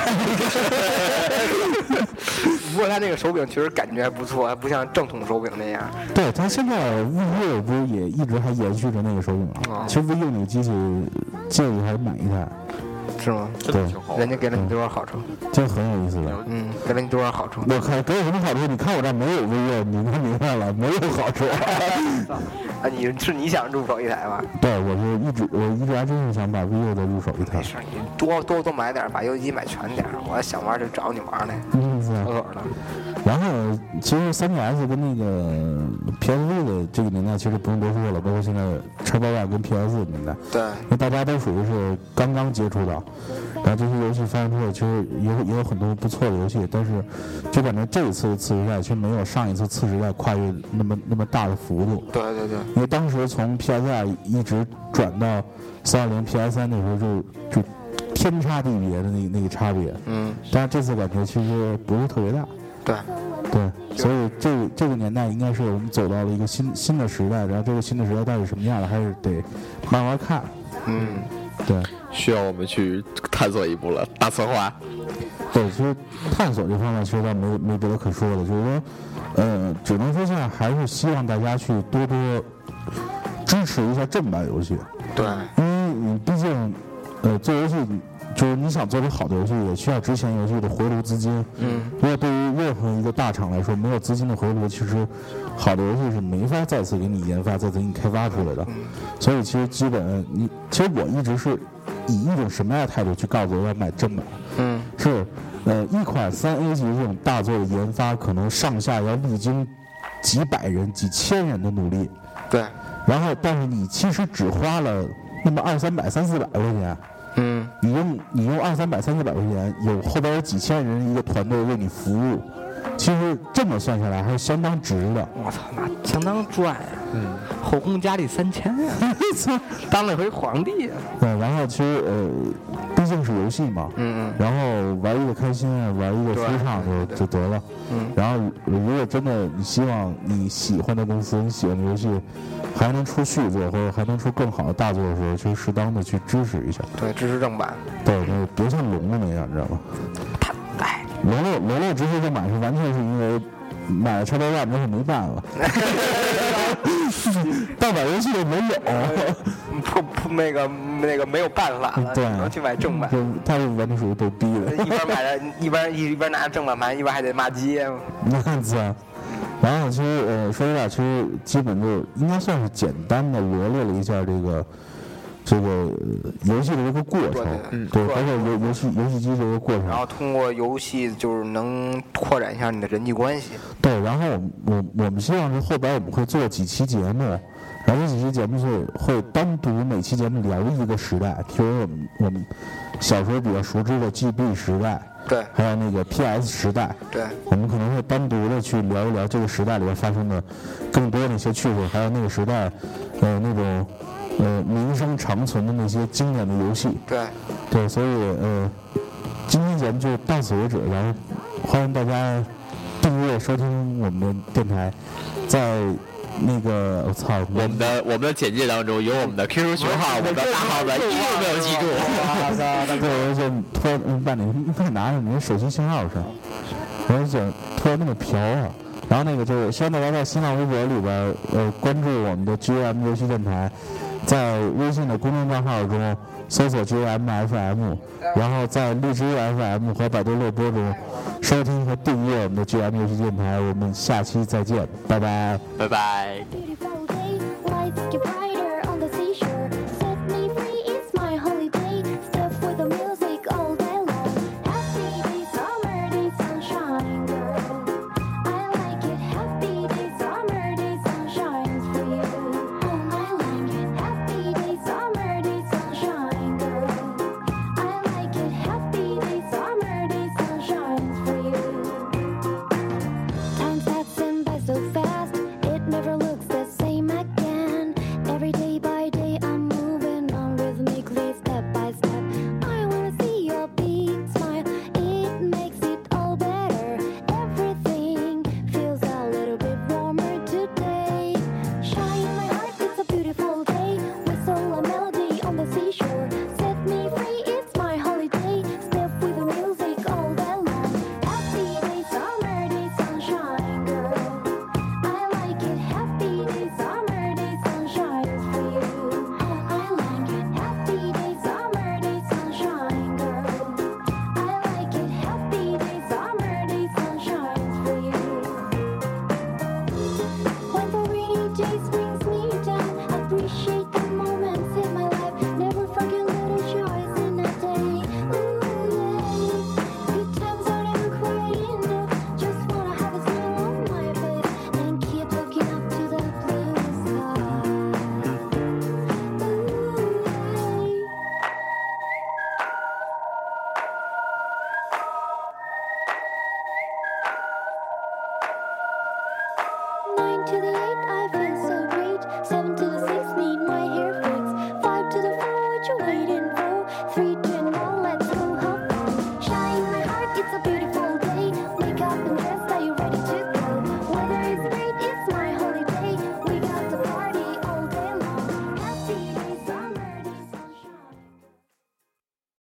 不过他那个手柄其实感觉还不错，还不像正统手柄那样。
对，他现在 vivo 不是也一直还延续着那个手柄吗？哦、其实 vivo 那个机器建议还是买一台。
是吗？
真的挺好。
人家给了你多少好处？
这很有意思的。
嗯，给了你多少好处？
我看给我什么好处？你看我这没有 vivo， 你看明白了，没有好处。
啊，你是你想入手一台吧？
对，我是一直我一直还真是想把 vivo 再入手一台。
没事，你多多多买点，把游戏机买全点。我想玩就找你玩呢。嗯，是。妥妥的。
然后其实 三 D S 跟那个 P S V 的这个年代其实不用多说了，包括现在 X 八 跟 P S 的年代。
对。
因为大家都属于是刚刚接触到。然后这些游戏发现之后，其实也有也有很多不错的游戏，但是就感觉这一次的次时代却没有上一次次时代跨越那么那么大的幅度。
对对对。
因为当时从 P S 二一直转到三六零 P S 三那时候就就天差地别的那那个差别。
嗯。
但是这次感觉其实不是特别大。
对。
对，所以这个这个年代应该是我们走到了一个新新的时代，然后这个新的时代到底什么样的，还是得慢慢看。
嗯。
对，
需要我们去探索一步了，大策划。
对，其实探索这方面其实倒没没别的可说的，就是说，呃，只能说现在还是希望大家去多多支持一下正版游戏。
对，
因为你毕竟，呃，做游戏就是你想做出好的游戏，也需要之前游戏的回炉资金。
嗯。
如果对于任何一个大厂来说，没有资金的回炉，其实好的游戏是没法再次给你研发、再次给你开发出来的。
嗯。
所以其实基本你，其实我一直是以一种什么样的态度去告诉我要买正版？
嗯。
是，呃，一款三 A 级这种大作的研发，可能上下要历经几百人、几千人的努力。
对。
然后，但是你其实只花了那么二三百、三四百块钱。
嗯，
你用你用二三百、三四百块钱，有后边有几千人一个团队为你服务，其实这么算下来还是相当值的。
我操，那相当赚呀！嗯，后宫佳丽三千呀，当了回皇帝呀。
对，然后其实呃，毕竟是游戏嘛，
嗯嗯，
然后玩一个开心，玩一个舒畅就就得了。
嗯，
然后如果真的你希望你喜欢的公司、你喜欢的游戏还能出续作，或者还能出更好的大作的时候，其实适当的去支持一下。
对，支持正版。
对，对，别像龙龙那样，你知道吗？
他哎，
龙龙龙龙支持正版是完全是因为买了超多万，那是没办法。盗版游戏都没有，
不不那个那个没有办法了，只能去买正版。
他是完全属于逗逼的，
一边买着一边一边拿着正版盘，一边还得骂街。
那子，然后其实呃说实话，其实基本就应该算是简单的罗列了一下这个这个游戏的一个过程，
嗯，
对，包括游游戏游戏机这个过程。
然后通过游戏就是能扩展一下你的人际关系。
对，然后我我我们希望是后边我们会做几期节目，然后这几期节目是会单独每期节目聊一个时代，譬如我们我们小时候比较熟知的 G B 时代，
对，
还有那个 P S 时代，
对，
我们可能会单独的去聊一聊这个时代里边发生的更多的一些趣事，还有那个时代，呃，那种呃名声长存的那些经典的游戏。
对，
对，所以呃，今天节目就到此为止，然后欢迎大家订阅收听我们的电台，在那个我操，
我们的我们的简介当中有我们的 Q Q 群号，我们的大号子一直没有记住。
我操，对，我就突然把你快拿着你的手机信号上，我就突然那么飘啊。然后那个就是希望大家在新浪微博里边呃关注我们的 G M 游戏电台，在微信的公众账号中搜索 G M F M， 然后在荔枝 F M 和百度乐播中收听和订阅我们的 G M 游戏电台。我们下期再见，拜拜，
拜拜。
Happy To the